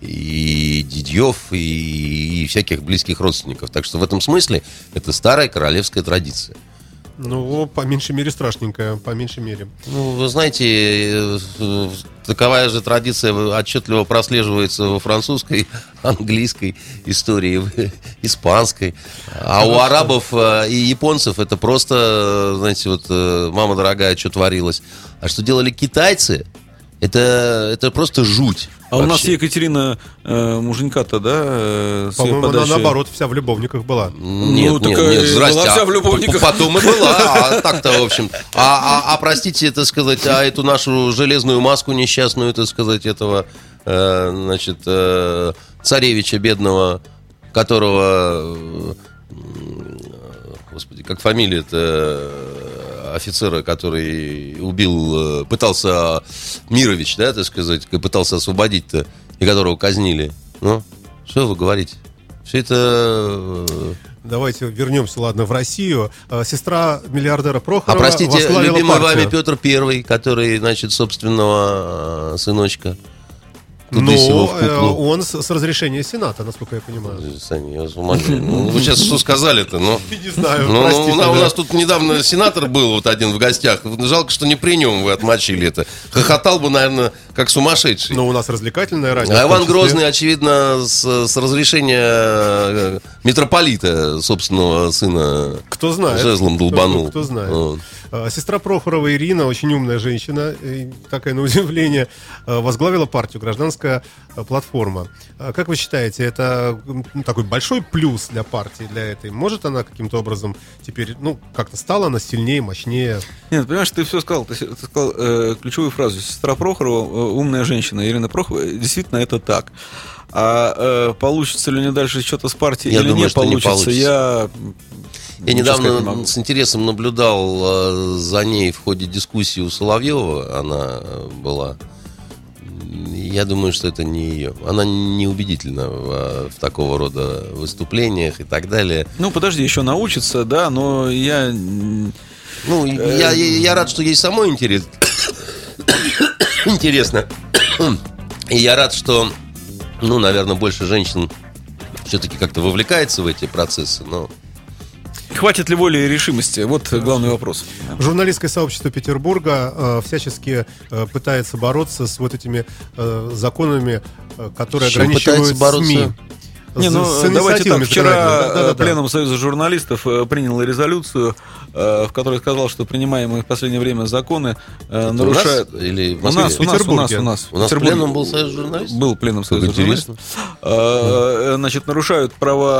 и дядьев, и, и всяких близких родственников. Так что в этом смысле это старая королевская традиция. Ну, по меньшей мере страшненькая, по меньшей мере. Ну, вы знаете, таковая же традиция отчетливо прослеживается во французской, английской истории, испанской. А у арабов и японцев это просто, знаете, вот мама дорогая, что творилось. А что делали китайцы, это, это просто жуть. А вообще. У нас Екатерина э, муженька-то, да? Э, По-моему, она наоборот вся в любовниках была. Нет, ну, нет, нет, здрасте. Была вся в любовниках. Потом и была, а так-то, в общем. А, а, а простите, так сказать, а эту нашу железную маску несчастную, так сказать, этого э, значит, э, царевича бедного, которого, э, господи, как фамилия-то, офицера, который убил, пытался, Мирович, да, так сказать, пытался освободить-то, и которого казнили. Ну, что вы говорите? Все это... Давайте вернемся, ладно, в Россию. Сестра миллиардера Прохорова. А простите, любимый партию. вами Петр Первый, который, значит, собственного сыночка. Ну, он с, с разрешения Сената, насколько я понимаю. Саня, я ну, вы сейчас что сказали-то? Ну, не знаю, ну, простите. Ну, да. У нас тут недавно сенатор был вот один в гостях. Жалко, что не при нем вы отмочили это. Хохотал бы, наверное, как сумасшедший. Но у нас развлекательное радио. А Иван Грозный, очевидно, с, с разрешения митрополита, собственного сына, кто знает, жезлом долбанул. Кто, кто знает. Вот. Сестра Прохорова Ирина, очень умная женщина, такая на удивление, возглавила партию «Гражданская платформа». Как вы считаете, это ну, такой большой плюс для партии, для этой? Может она каким-то образом теперь, ну, как-то стала она сильнее, мощнее? Нет, понимаешь, ты все сказал. Ты, ты сказал э, ключевую фразу. Сестра Прохорова, э, умная женщина, Ирина Прохорова. Действительно, это так. А э, получится ли у нее дальше что-то с партией я или думаю, не, получится, не получится, я... Я недавно с интересом наблюдал э, за ней в ходе дискуссии у Соловьева. Она была. Я думаю, что это не ее. Она неубедительна в, в такого рода выступлениях и так далее. Ну, подожди, еще научится, да, но я... Ну, я, я, я рад, что ей самой интерес... интересно. И я рад, что, ну, наверное, больше женщин все-таки как-то вовлекается в эти процессы, но... Хватит ли воли и решимости? Вот главный вопрос. Журналистское сообщество Петербурга э, всячески э, пытается бороться с вот этими э, законами, э, которые Чем ограничивают СМИ. Не, ну, давайте так, вчера да, да, да, Пленум да. Союза журналистов принял резолюцию, в которой сказал, что принимаемые в последнее время законы это нарушают... У нас или в у нас, у нас, у нас, у нас. У нас Пленум был Союз журналистов? Был Пленум Союза журналистов. Mm. Значит, нарушают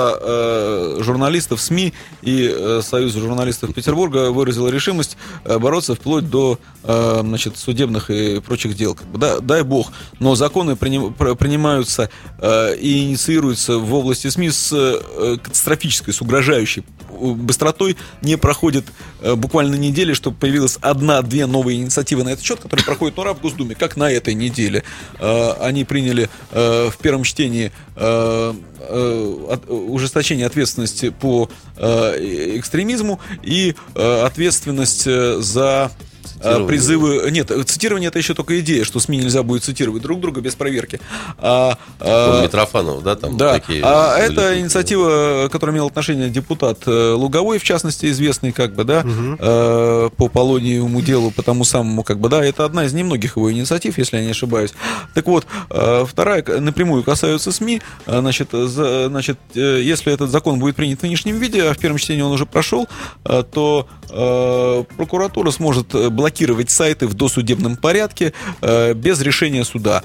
права журналистов, СМИ, и Союз журналистов Петербурга выразил решимость бороться вплоть до, значит, судебных и прочих дел. Да, дай бог, но законы принимаются и инициируются в области СМИ с э, катастрофической, с угрожающей быстротой. Не проходит э, буквально недели, чтобы появилась одна-две новые инициативы на этот счет, которые проходят ну, в Госдуме, как на этой неделе. Э, они приняли э, в первом чтении э, э, от, ужесточение ответственности по э, экстремизму и э, ответственность за... призывы... Нет, цитирование — это еще только идея, что СМИ нельзя будет цитировать друг друга без проверки. А, а, Митрофанов, да, там да. такие... А это инициатива, которая имела отношение депутат Луговой, в частности, известный, как бы, да, угу. э, по Полониевому делу, по тому самому, как бы, да, это одна из немногих его инициатив, если я не ошибаюсь. Так вот, э, вторая напрямую касается СМИ. Значит, за, значит, если этот закон будет принят в нынешнем виде, а в первом чтении он уже прошел, то э, прокуратура сможет блокировать блокировать сайты в досудебном порядке э, без решения суда,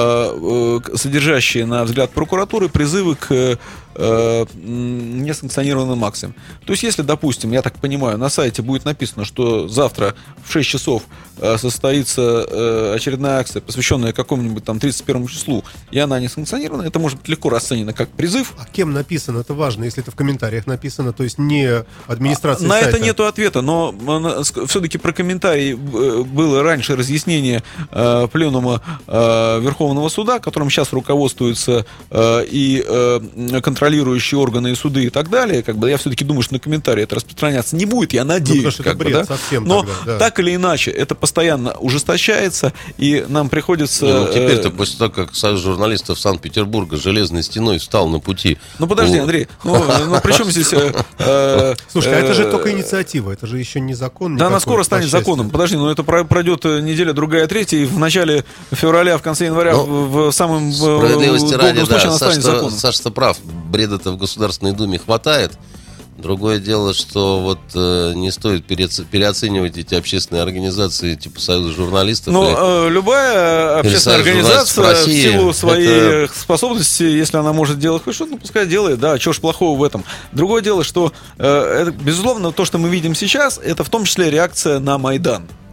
э, э, содержащие, на взгляд прокуратуры, призывы к э, несанкционированным акциям. То есть, если, допустим, я так понимаю, на сайте будет написано, что завтра в шесть часов э, состоится э, очередная акция, посвященная какому-нибудь там тридцать первому числу, и она не санкционирована, это может быть легко расценено как призыв. А кем написано? Это важно, если это в комментариях написано, то есть не администрация а, на сайта. это нету ответа, но все-таки про комментарии было раньше разъяснение э, пленума э, Верховного суда, которым сейчас руководствуются э, и э, контролирующие органы и суды и так далее. Как бы я все-таки думаю, что на комментарии это распространяться не будет, я надеюсь. Ну, как бы, да? Но тогда, да. так или иначе, это постоянно ужесточается, и нам приходится... Ну, теперь-то, после того, как Союз журналистов Санкт-Петербурга железной стеной встал на пути... Ну, подожди, Андрей, ну, ну при чем здесь... Слушай, а это же только инициатива, это же еще не закон. Да, она скоро станет законом. Подожди, ну это пройдет неделя, другая, третья, и в начале февраля, в конце января, ну, в, в самом справедливости ради, да, она станет законом. Саша-то прав, бреда-то в Государственной Думе хватает. Другое дело, что вот э, не стоит переоценивать эти общественные организации типа Союза журналистов. Ну, или, э, любая общественная организация в, России, в силу своей это... способности, если она может делать хоть что-то, ну, пускай делает, да, чего ж плохого в этом. Другое дело, что, э, это, безусловно, то, что мы видим сейчас, это в том числе реакция на Майдан.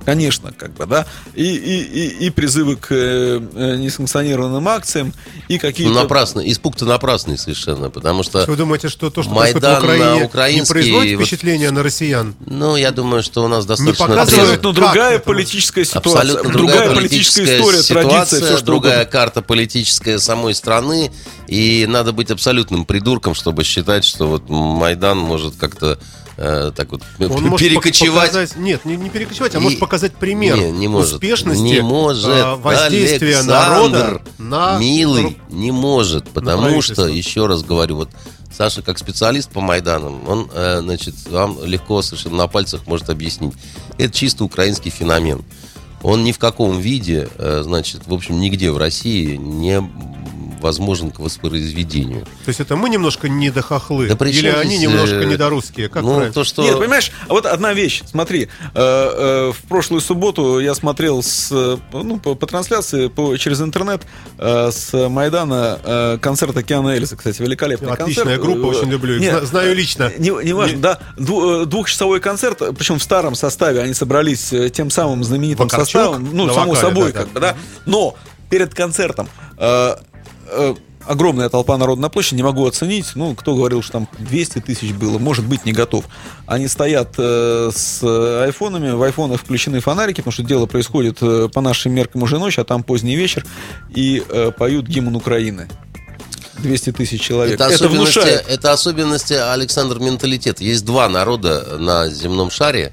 Конечно, как бы, да, и, и, и, и призывы к э, несанкционированным акциям, и какие-то... Ну, напрасно, испуг-то напрасный совершенно, потому что... Вы думаете, что то, что Майдан происходит в Украине, украинский, не производит вот, впечатление на россиян? Ну, я думаю, что у нас достаточно... показывает, но другая политическая ситуация, Абсолютно другая, другая политическая, политическая история, ситуация, традиция, все, что другая угодно. карта политическая самой страны, и надо быть абсолютным придурком, чтобы считать, что вот Майдан может как-то э, так вот Он перекочевать. Показать, нет, не, не перекочевать, а И... может показать пример не, не может, успешности не может, э, воздействия Александр, народа на... милый, не может, потому что, правительство. еще раз говорю, вот Саша, как специалист по Майданам, он, э, значит, вам легко совершенно на пальцах может объяснить. Это чисто украинский феномен. Он ни в каком виде, э, значит, в общем, нигде в России не возможен к воспроизведению. То есть это мы немножко недохохлы? Да при Или чем они здесь, немножко э, недорусские? Как ну, правильно? то, что... Нет, понимаешь, а вот одна вещь, смотри, э, э, в прошлую субботу я смотрел с, ну, по, по трансляции по, через интернет э, с Майдана э, концерт Океана Эльзы, кстати, великолепный Отличная концерт. группа, очень люблю их, Нет, зна- знаю лично. Не, не важно, Не- да, дву- двухчасовой концерт, причем в старом составе, они собрались э, тем самым знаменитым Вакарчук составом, ну, на само вокале, собой, да, как да. бы, да, но перед концертом э, э, огромная толпа народа на площади, не могу оценить. Ну, кто говорил, что там двести тысяч было, может быть, не готов. Они стоят э, с айфонами, в айфонах включены фонарики, потому что дело происходит э, по нашим меркам уже ночь, а там поздний вечер, и э, поют гимн Украины. двести тысяч человек. Это, Это особенности, внушает. это особенности, Александр, менталитета. Есть два народа на земном шаре,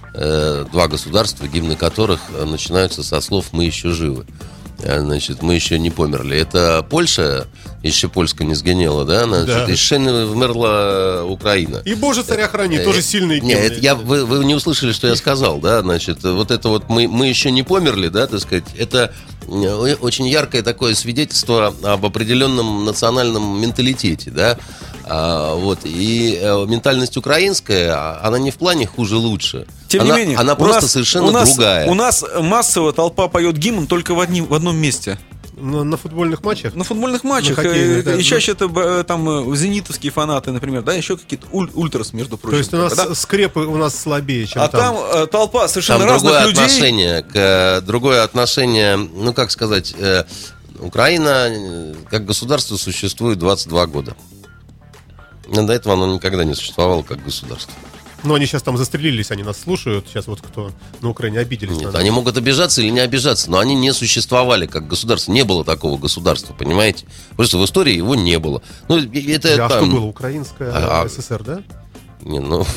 э, два государства, гимны которых начинаются со слов «мы еще живы». Значит, мы еще не померли. Это Польша, еще Польска не сгинела, да? Значит, Да. еще не вмерла Украина. И Боже, царя храни, тоже сильные гимны. Нет, это я, вы, вы не услышали, что я сказал, да? Значит, вот это вот мы, мы еще не померли, да, так сказать, это очень яркое такое свидетельство об определенном национальном менталитете, да? А, вот, и э, ментальность украинская, она не в плане хуже-лучше. Тем она, не менее, она у просто нас- совершенно у нас, другая. У нас массово толпа поет гимн только в, одни, в одном месте. На, на футбольных матчах? На футбольных матчах. На хоккейных, э, да. И чаще это э, там э, зенитовские фанаты, например, да, еще какие-то уль- ультрас, между прочим. То есть у нас да? скрепы у нас слабее, чем А там. там э, толпа совершенно Там разных другое людей. отношение, к, э, другое отношение, ну как сказать, э, Украина э, как государство существует двадцать два года. Но до этого оно никогда не существовало как государство. Но они сейчас там застрелились, они нас слушают. Сейчас вот кто на Украине обиделись. Нет, на они могут обижаться или не обижаться, но они не существовали как государство. Не было такого государства, понимаете? Просто в истории его не было. Ну, это А там... что было? Украинская А- ССР, да? Не, ну...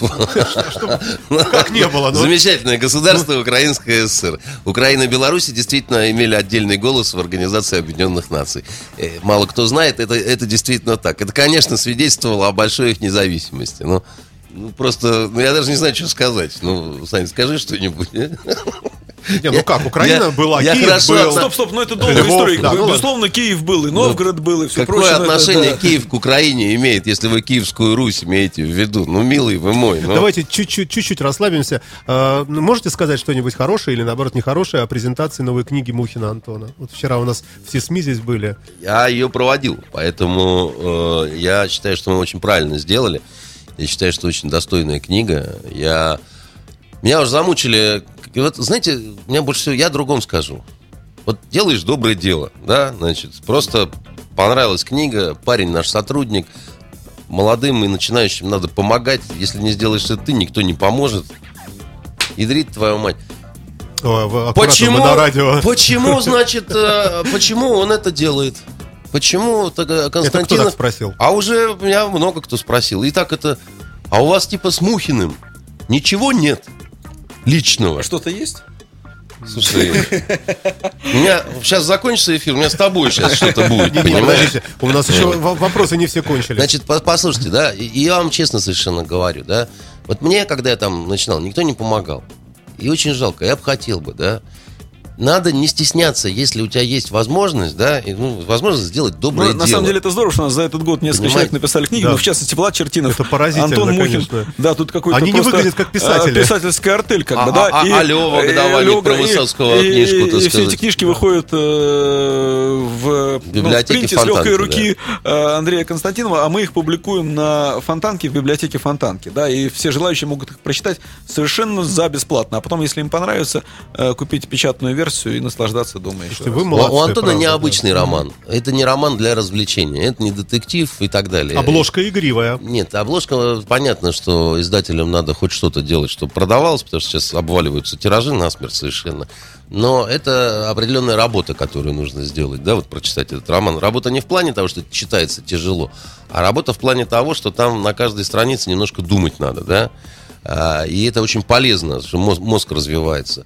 Как не было? Ну, Замечательное государство, Украинская ССР. Украина и Беларусь действительно имели отдельный голос в Организации Объединенных Наций. Э, Мало кто знает, это, это действительно так. Это, конечно, свидетельствовало о большой их независимости. Но ну, просто, ну, я даже не знаю, что сказать. Ну, Сань, скажи что-нибудь. не, ну как, Украина Я- была, я Киев хорошо был. отна- Стоп, стоп, ну это долгая Львов, история. да, ну ладно. Безусловно, Киев был, и Новгород был, и все Какое прочее. но это, отношение да. Киев к Украине имеет, если вы Киевскую Русь имеете в виду? Ну, милый вы мой. ну. Давайте чуть-чуть, чуть-чуть расслабимся. А, ну, можете сказать что-нибудь хорошее или, наоборот, нехорошее о презентации новой книги Мухина Антона? Вот вчера у нас все СМИ здесь были. Я ее проводил, поэтому э, я считаю, что мы очень правильно сделали. Я считаю, что очень достойная книга. Я... Меня уже замучили. И вот, знаете, меня больше всего... Я о другом скажу. Вот делаешь доброе дело, да, значит, просто понравилась книга, парень наш сотрудник, молодым и начинающим надо помогать. Если не сделаешь это ты, никто не поможет. Ядрит твою мать. О, вы аккуратно, Почему, мы на радио. почему, значит, э, почему он это делает? Почему так, э, Это кто Константинов... так спросил? А уже меня много кто спросил. И так это... А у вас типа с Мухиным ничего нет личного? Что-то есть? Слушай, у меня сейчас закончится эфир, у меня с тобой сейчас что-то будет, Не, не, понимаешь? подождите, у нас еще в- вопросы не все кончились. Значит, по- послушайте, да, и и я вам честно совершенно говорю, да, вот мне, когда я там начинал, никто не помогал. И очень жалко, я бы хотел бы, да. надо не стесняться, если у тебя есть возможность, да, и, ну, возможность сделать доброе ну, дело. На самом деле это здорово, что у нас за этот год несколько Понимаете? человек написали книги, да. ну, в частности, Влад Чертинов, Антон Мухин. Конечно. Да, тут какой-то Они не выглядят как писатели. Писательская артель, как а, бы, да. А, и, а Лёва, годовалик про Высоцкого книжку, и, так и сказать. все эти книжки да. выходят э, в, библиотеке ну, в принте Фонтанки, с легкой руки да. Андрея Константинова, а мы их публикуем на Фонтанке, в библиотеке Фонтанки, да, и все желающие могут их прочитать совершенно за бесплатно, а потом, если им понравится, э, купить печатную версию и наслаждаться дома еще раз. Вы молодцы, у Антона правда, необычный да. роман. Это не роман для развлечения, это не детектив и так далее. Обложка игривая. Нет, обложка, понятно, что издателям надо хоть что-то делать, чтобы продавалось, потому что сейчас обваливаются тиражи насмерть совершенно. Но это определенная работа, которую нужно сделать, да, вот прочитать этот роман. Работа не в плане того, что это читается тяжело, а работа в плане того, что там на каждой странице немножко думать надо, да. И это очень полезно, что мозг развивается.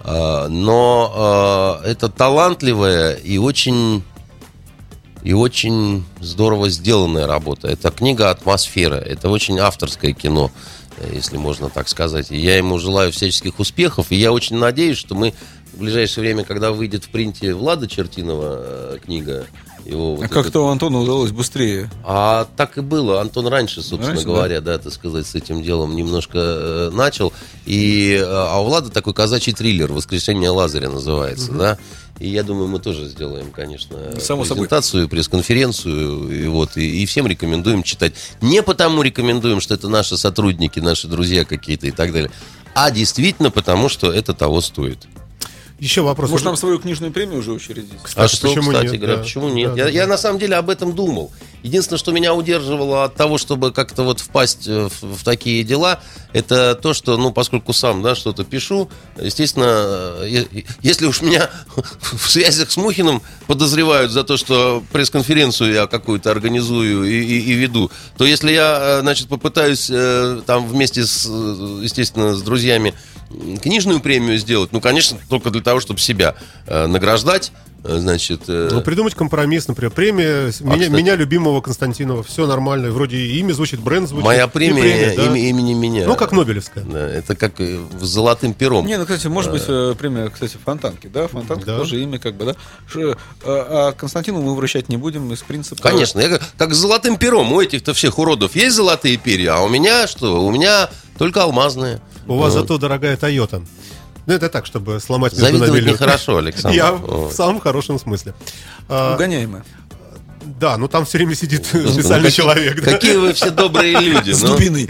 Но это талантливая и очень, и очень здорово сделанная работа. Это книга «Атмосфера». Это очень авторское кино, если можно так сказать. И я ему желаю всяческих успехов. И я очень надеюсь, что мы в ближайшее время, когда выйдет в принте Влада Чертинова книга... Его вот а как-то у Антона удалось быстрее. А так и было. Антон раньше, собственно раньше, говоря, да? да, так сказать, с этим делом немножко э, начал. И, а у Влада такой казачий триллер «Воскрешение Лазаря» называется, mm-hmm. да. И я думаю, мы тоже сделаем, конечно, Само презентацию, собой. пресс-конференцию. И, вот, и, и всем рекомендуем читать. Не потому рекомендуем, что это наши сотрудники, наши друзья какие-то и так далее, а действительно потому, что это того стоит. Еще вопрос. Может, нам свою книжную премию уже учредить? Кстати, а что, почему кстати нет, говоря, да. почему нет? Да, я, да, я да. на самом деле об этом думал. Единственное, что меня удерживало от того, чтобы как-то вот впасть в, в такие дела, это то, что, ну, поскольку сам, да, что-то пишу, естественно, если уж меня в связях с Мухиным подозревают за то, что пресс-конференцию я какую-то организую и, и, и веду, то если я, значит, попытаюсь там вместе с, естественно, с друзьями книжную премию сделать, ну, конечно, только для того, чтобы себя э, награждать, значит... Э... Ну, придумать компромисс, например, премия а, меня, меня любимого Константинова, все нормально, вроде имя звучит, бренд звучит. Моя премия, премия да? имя, имени меня. Ну, как Нобелевская. Да, это как с золотым пером. Не, ну, кстати, может быть, э, премия, кстати, Фонтанки, да, Фонтанка да. тоже имя, как бы, да. Ш, а, а Константину мы вручать не будем из принципа... Конечно, я как, как с золотым пером, у этих-то всех уродов есть золотые перья, а у меня что? У меня только алмазные. У вас зато дорогая Тойота. Ну, это так, чтобы сломать между Завидовать нами люд. нехорошо, Александр. Я в самом хорошем смысле. Угоняемые. Да, ну там все время сидит специальный ну, человек. Какие да? вы все добрые люди. С дубиной.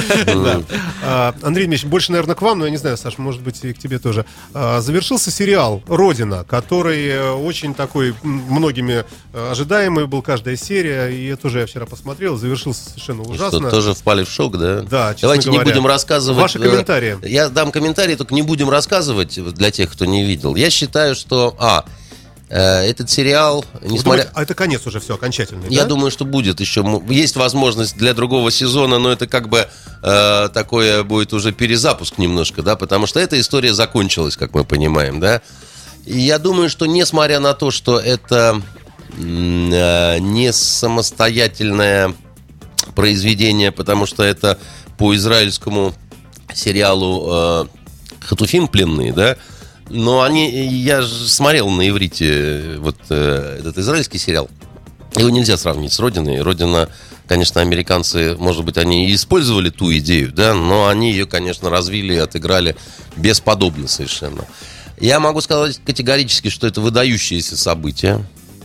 Андрей Дмитриевич, больше, наверное, к вам, но я не знаю, Саш, может быть, и к тебе тоже. Завершился сериал «Родина», который очень такой, многими ожидаемый был, каждая серия, и я тоже я вчера посмотрел, завершился совершенно ужасно. Что, тоже впали в шок, да? Да, честно Давайте говоря. не будем рассказывать. Ваши комментарии. Я дам комментарии, только не будем рассказывать для тех, кто не видел. Я считаю, что... А, этот сериал, несмотря... А это конец уже все, окончательный, Я да? думаю, что будет еще. Есть возможность для другого сезона, но это как бы э, такое будет уже перезапуск немножко, да, потому что эта история закончилась, как мы понимаем, да. И я думаю, что несмотря на то, что это э, не самостоятельное произведение, потому что это по израильскому сериалу э, «Хатуфим пленные», да, но они, я же смотрел на иврите вот э, этот израильский сериал. Его нельзя сравнить с «Родиной». «Родина», конечно, американцы, может быть, они и использовали ту идею, да, но они ее, конечно, развили и отыграли бесподобно совершенно. Я могу сказать категорически, что это выдающееся событие.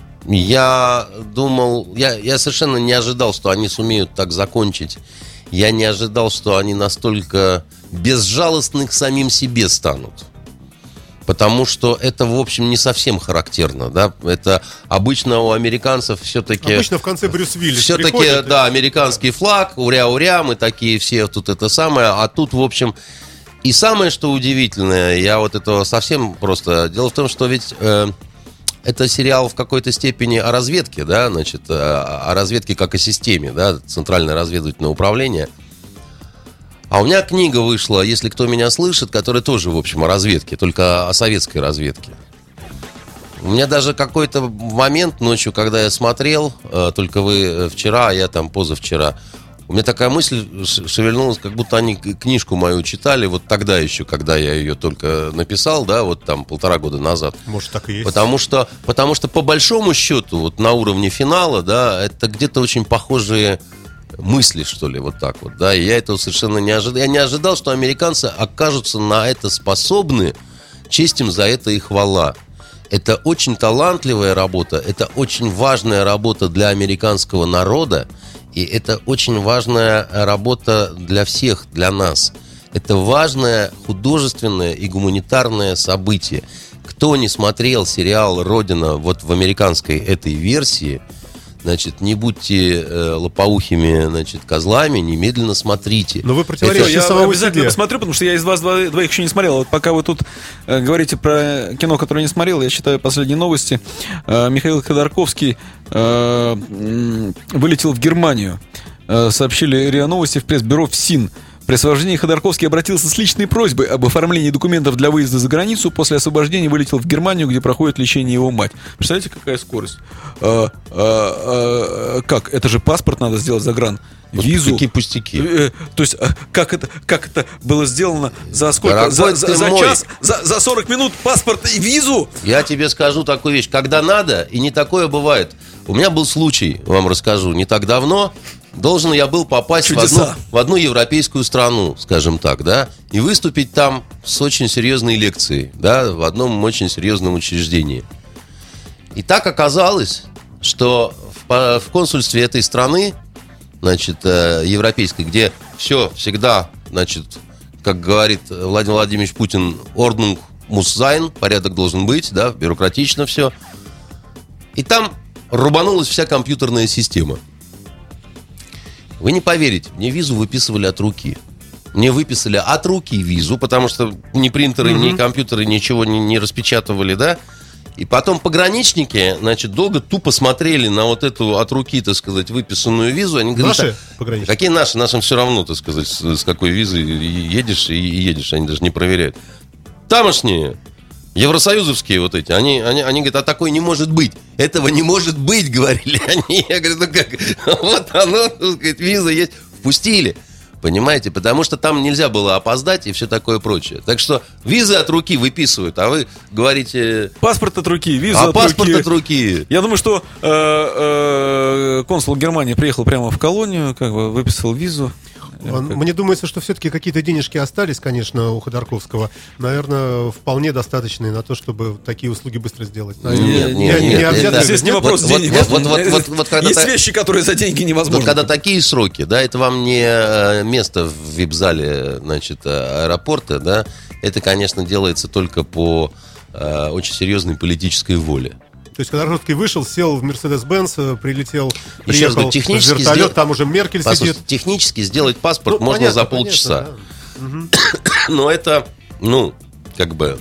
Я думал, я, я совершенно не ожидал, что они сумеют так закончить. Я не ожидал, что они настолько безжалостны к самим себе станут. Потому что это, в общем, не совсем характерно, да. Это обычно у американцев все-таки... Обычно в конце Брюс Уиллис все-таки, приходит, да, американский флаг, уря-уря, мы такие все тут это самое. А тут, в общем... И самое, что удивительное, я вот этого совсем просто... Дело в том, что ведь... Э, это сериал в какой-то степени о разведке, да, значит, о, о разведке как о системе, да, Центральное разведывательное управление. А у меня книга вышла, если кто меня слышит, которая тоже, в общем, о разведке, только о советской разведке. У меня даже какой-то момент ночью, когда я смотрел, только вы вчера, а я там позавчера, У меня такая мысль шевельнулась, как будто они книжку мою читали вот тогда еще, когда я ее только написал, да, вот там полтора года назад. Может, так и есть. Потому что, потому что по большому счету, вот на уровне финала, да, это где-то очень похожие мысли, что ли, вот так вот, да, и я этого совершенно не ожидал. Я не ожидал, что американцы окажутся на это способны, честь им за это и хвала. Это очень талантливая работа, это очень важная работа для американского народа, и это очень важная работа для всех, для нас. Это важное художественное и гуманитарное событие. Кто не смотрел сериал «Родина» вот в американской этой версии, значит, не будьте э, лопоухими, значит, козлами, немедленно смотрите. Но вы противоречите я самому обязательно себе. посмотрю, потому что я из вас двоих еще не смотрел. Вот пока вы тут э, говорите про кино, которое не смотрел, я читаю последние новости. Э, Михаил Ходорковский э, э, вылетел в Германию. Э, сообщили РИА Новости в пресс-бюро ФСИН. При освобождении Ходорковский обратился с личной просьбой об оформлении документов для выезда за границу. После освобождения вылетел в Германию, где проходит лечение его мать. Представляете, какая скорость? А, а, а, как? Это же паспорт надо сделать загран. Визу. Какие пустяки. Э, то есть, как это, как это было сделано за сколько? Дорогой За, ты за, за мой. час? За, за сорок минут паспорт и визу? Я тебе скажу такую вещь. Когда надо, и не такое бывает. У меня был случай, вам расскажу, не так давно. Должен я был попасть в одну, в одну европейскую страну, скажем так, да, и выступить там с очень серьезной лекцией, да, в одном очень серьезном учреждении. И так оказалось, что в, в консульстве этой страны, значит, европейской, где все всегда, значит, как говорит Владимир Владимирович Путин, Ordnung muss sein, порядок должен быть, да, бюрократично все. И там рубанулась вся компьютерная система. Вы не поверите, мне визу выписывали от руки. Мне выписали от руки визу, потому что ни принтеры, mm-hmm. ни компьютеры ничего не, не распечатывали, да. И потом пограничники, значит, долго тупо смотрели на вот эту от руки, так сказать, выписанную визу. Они говорят, наши пограничники? Какие наши? Нашим все равно, так сказать, с, с какой визой едешь и едешь. Они даже не проверяют. Тамошние, евросоюзовские вот эти, они, они, они говорят, а такой не может быть. Этого не может быть, говорили они. Я говорю, ну как, вот оно, так сказать, виза есть. Впустили, понимаете, потому что там нельзя было опоздать и все такое прочее. Так что визы от руки выписывают, а вы говорите... Паспорт от руки, виза а от паспорт руки. от руки. Я думаю, что э, э, консул Германии приехал прямо в колонию, как бы выписал визу. Мне думается, что все-таки какие-то денежки остались, конечно, у Ходорковского. Наверное, вполне достаточные на то, чтобы такие услуги быстро сделать. Нет, нет, нет, нет, обязательно... Здесь не вопрос вот, денег. Вот, вот, вот, вот, вот, когда Есть та... вещи, которые за деньги невозможно. Вот когда такие сроки, да, это вам не место в вип-зале, значит, аэропорта, да, это, конечно, делается только по э, очень серьезной политической воле. То есть Ходорковский вышел, сел в Мерседес-Бенц, прилетел, Еще раз говорю, приехал технически в вертолет, сдел... там уже Меркель Послушайте, сидит. технически сделать паспорт Ну, можно понятно, за полчаса. Понятно, да. Но это, ну, как бы...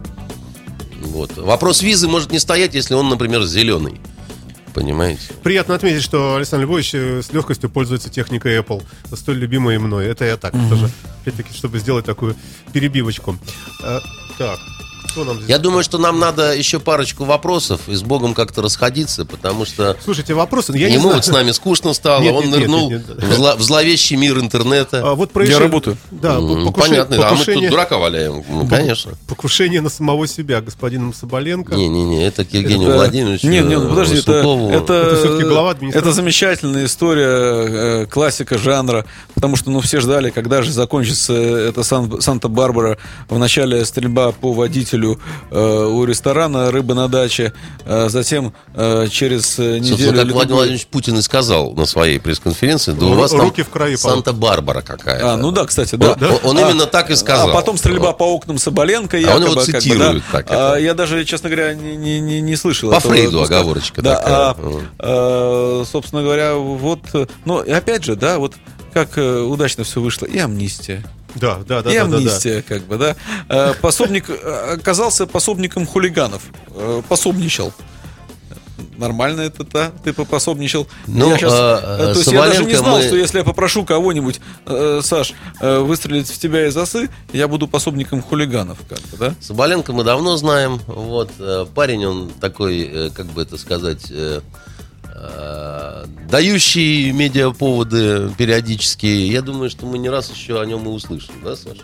Вот. Вопрос визы может не стоять, если он, например, зеленый. Понимаете? Приятно отметить, что Александр Львович с легкостью пользуется техникой Apple, столь любимой мной. Это я так, mm-hmm. тоже, опять-таки, чтобы сделать такую перебивочку. А, так, что нам здесь? Я думаю, что нам надо еще парочку вопросов и с Богом как-то расходиться, потому что... Слушайте, вопросы... Я ему не вот с нами скучно стало, нет, он нет, нырнул нет, нет, нет. В, зло, в зловещий мир интернета. А, вот происшед... Я работаю. Да, М, покушение, Понятно, покушение... а мы тут дурака валяем, ну, конечно. Покушение на самого себя господином Соболенко. Не-не-не, это к Евгению Это- Владимировичу Нет, нет, подожди, это, Васюкову. это, Это всё-таки глава администрации. это замечательная история, э, классика жанра, потому что, ну, все ждали, когда же закончится эта Сан- Санта-Барбара. Вначале стрельба по водителю э, у ресторана «Рыба на даче», э, затем э, через э, неделю... Собственно, как или Владимир другую- Владимирович Путин и сказал на своей пресс-конференции, да у Ру- вас там руки в крови, Санта-Барбара какая-то. А, ну да, кстати, да. Он, он А, именно так и сказал. А потом стрельба по окнам Соболенко. А он якобы, его как бы, цитирует да. так это. А, я даже, честно говоря, не, не, не, не слышал. По этого Фрейду куска. оговорочка Да, такая. а, а, собственно говоря, вот, ну, и опять же, да, вот как э, удачно все вышло. И амнистия. Да, да, да. и да, да, амнистия, как бы, да. Э, Пособник э, оказался пособником хулиганов. Э, Пособничал. Нормально это, да? Ты пособничал. Ну, я щас, э, э, то есть я даже не Соболенко знал, мы- что если я попрошу кого-нибудь, э, Саш, э, выстрелить в тебя из осы, я буду пособником хулиганов, как бы, да? Соболенко мы давно знаем. Вот, э, парень, он такой, э, как бы это сказать, э, э, дающий медиаповоды периодически. Я думаю, что мы не раз еще о нем и услышим, да, Саша?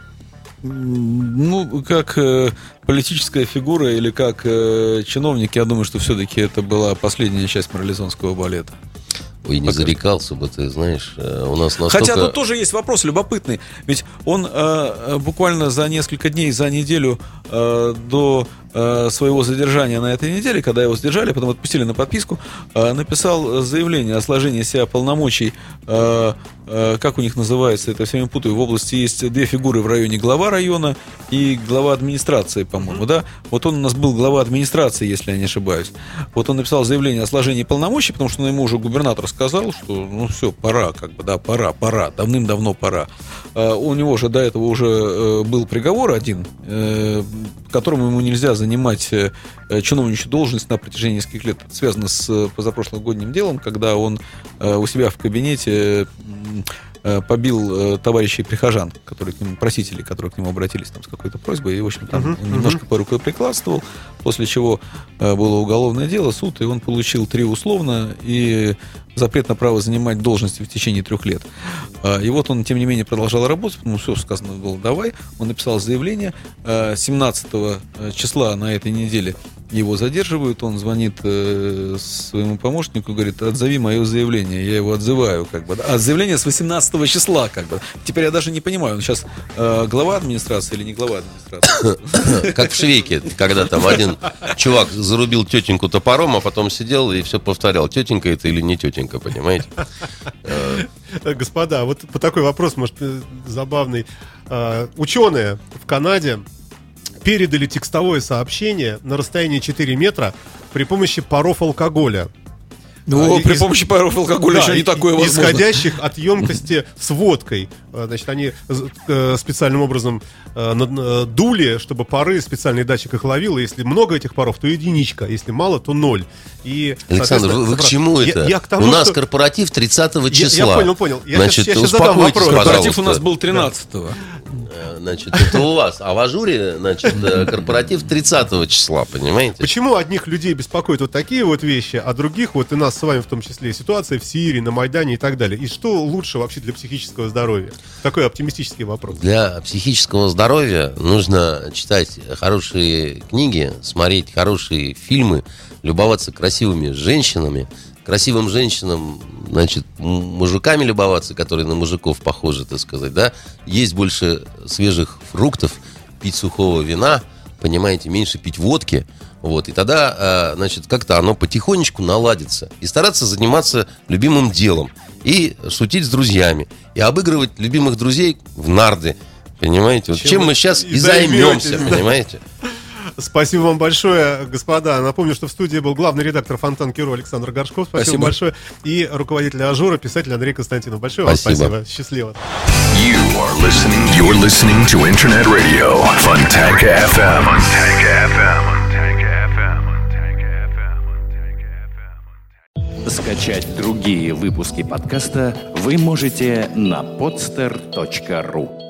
Ну, как э, политическая фигура или как э, чиновник, я думаю, что все-таки это была последняя часть марлезонского балета. Ой, не Пока. зарекался бы, ты знаешь, у нас настолько... Хотя тут тоже есть вопрос любопытный. Ведь он э, буквально за несколько дней, за неделю э, до э, своего задержания на этой неделе, когда его задержали, потом отпустили на подписку, э, написал заявление о сложении себя полномочий, э, э, как у них называется, это все время путаю, в области есть две фигуры в районе: глава района и глава администрации, по-моему, mm-hmm. да? Вот он у нас был глава администрации, если я не ошибаюсь. Вот он написал заявление о сложении полномочий, потому что ему уже губернатор сказал, что ну все, пора, как бы, да, пора, пора, давным-давно пора. Uh, у него же до этого уже uh, был приговор один, uh, которому ему нельзя занимать uh, чиновничью должность на протяжении нескольких лет. Это связано с uh, позапрошлогодним делом, когда он uh, у себя в кабинете uh, побил uh, товарищей прихожан, которые к нему, просителей, которые к нему обратились там, с какой-то просьбой, и, в общем, там uh-huh, он немножко uh-huh. по рукоприкладствовал, после чего uh, было уголовное дело, суд, и он получил три условно и запрет на право занимать должности в течение трех лет. И вот он, тем не менее, продолжал работать, потому что все сказано было «давай». Он написал заявление. семнадцатого числа на этой неделе его задерживают. Он звонит своему помощнику и говорит: отзови мое заявление. Я его отзываю. Как бы. А заявление с восемнадцатого числа. Как бы. Теперь я даже не понимаю, он сейчас глава администрации или не глава администрации? Как в Швейке, когда там один чувак зарубил тетеньку топором, а потом сидел и все повторял: тетенька это или не тетенька, понимаете? Господа, вот по такой вопрос, может, забавный. Ученые в Канаде передали текстовое сообщение на расстоянии четыре метра при помощи паров алкоголя. Ну, при из... помощи паров алкоголя да, еще не такое возможно. Исходящих от емкости с водкой. Значит, они специальным образом дули, чтобы пары, специальный датчик их ловил. И если много этих паров, то единичка. Если мало, то ноль. И, Александр, вы, вы к чему это? Я, я к тому, у нас что... корпоратив тридцатого числа. Я, я понял, понял. Я Значит, сейчас, я сейчас задам вопрос. Корпоратив у нас был тринадцатого. Значит, это у вас. А в Ажуре, значит, корпоратив тридцатого числа, понимаете? Почему одних людей беспокоят вот такие вот вещи, а других, вот и нас с вами в том числе, ситуация в Сирии, на Майдане и так далее? И что лучше вообще для психического здоровья? Такой оптимистический вопрос. Для психического здоровья нужно читать хорошие книги, смотреть хорошие фильмы, любоваться красивыми женщинами, красивым женщинам, значит, мужиками любоваться, которые на мужиков похожи, так сказать, да, есть больше свежих фруктов, пить сухого вина, понимаете, меньше пить водки, вот, и тогда, значит, как-то оно потихонечку наладится, и стараться заниматься любимым делом, и шутить с друзьями, и обыгрывать любимых друзей в нарды, понимаете, вот чем, чем мы сейчас и займемся, понимаете. Спасибо вам большое, господа. Напомню, что в студии был главный редактор Фонтанки.ру Александр Горшков. Спасибо, спасибо большое. И руководитель Ажура, писатель Андрей Константинов. Большое спасибо. вам спасибо. Счастливо. You are listening, you're listening to Internet Radio Fontanka эф эм. Fontanka эф эм. Скачать другие выпуски подкаста вы можете на podster точка ру.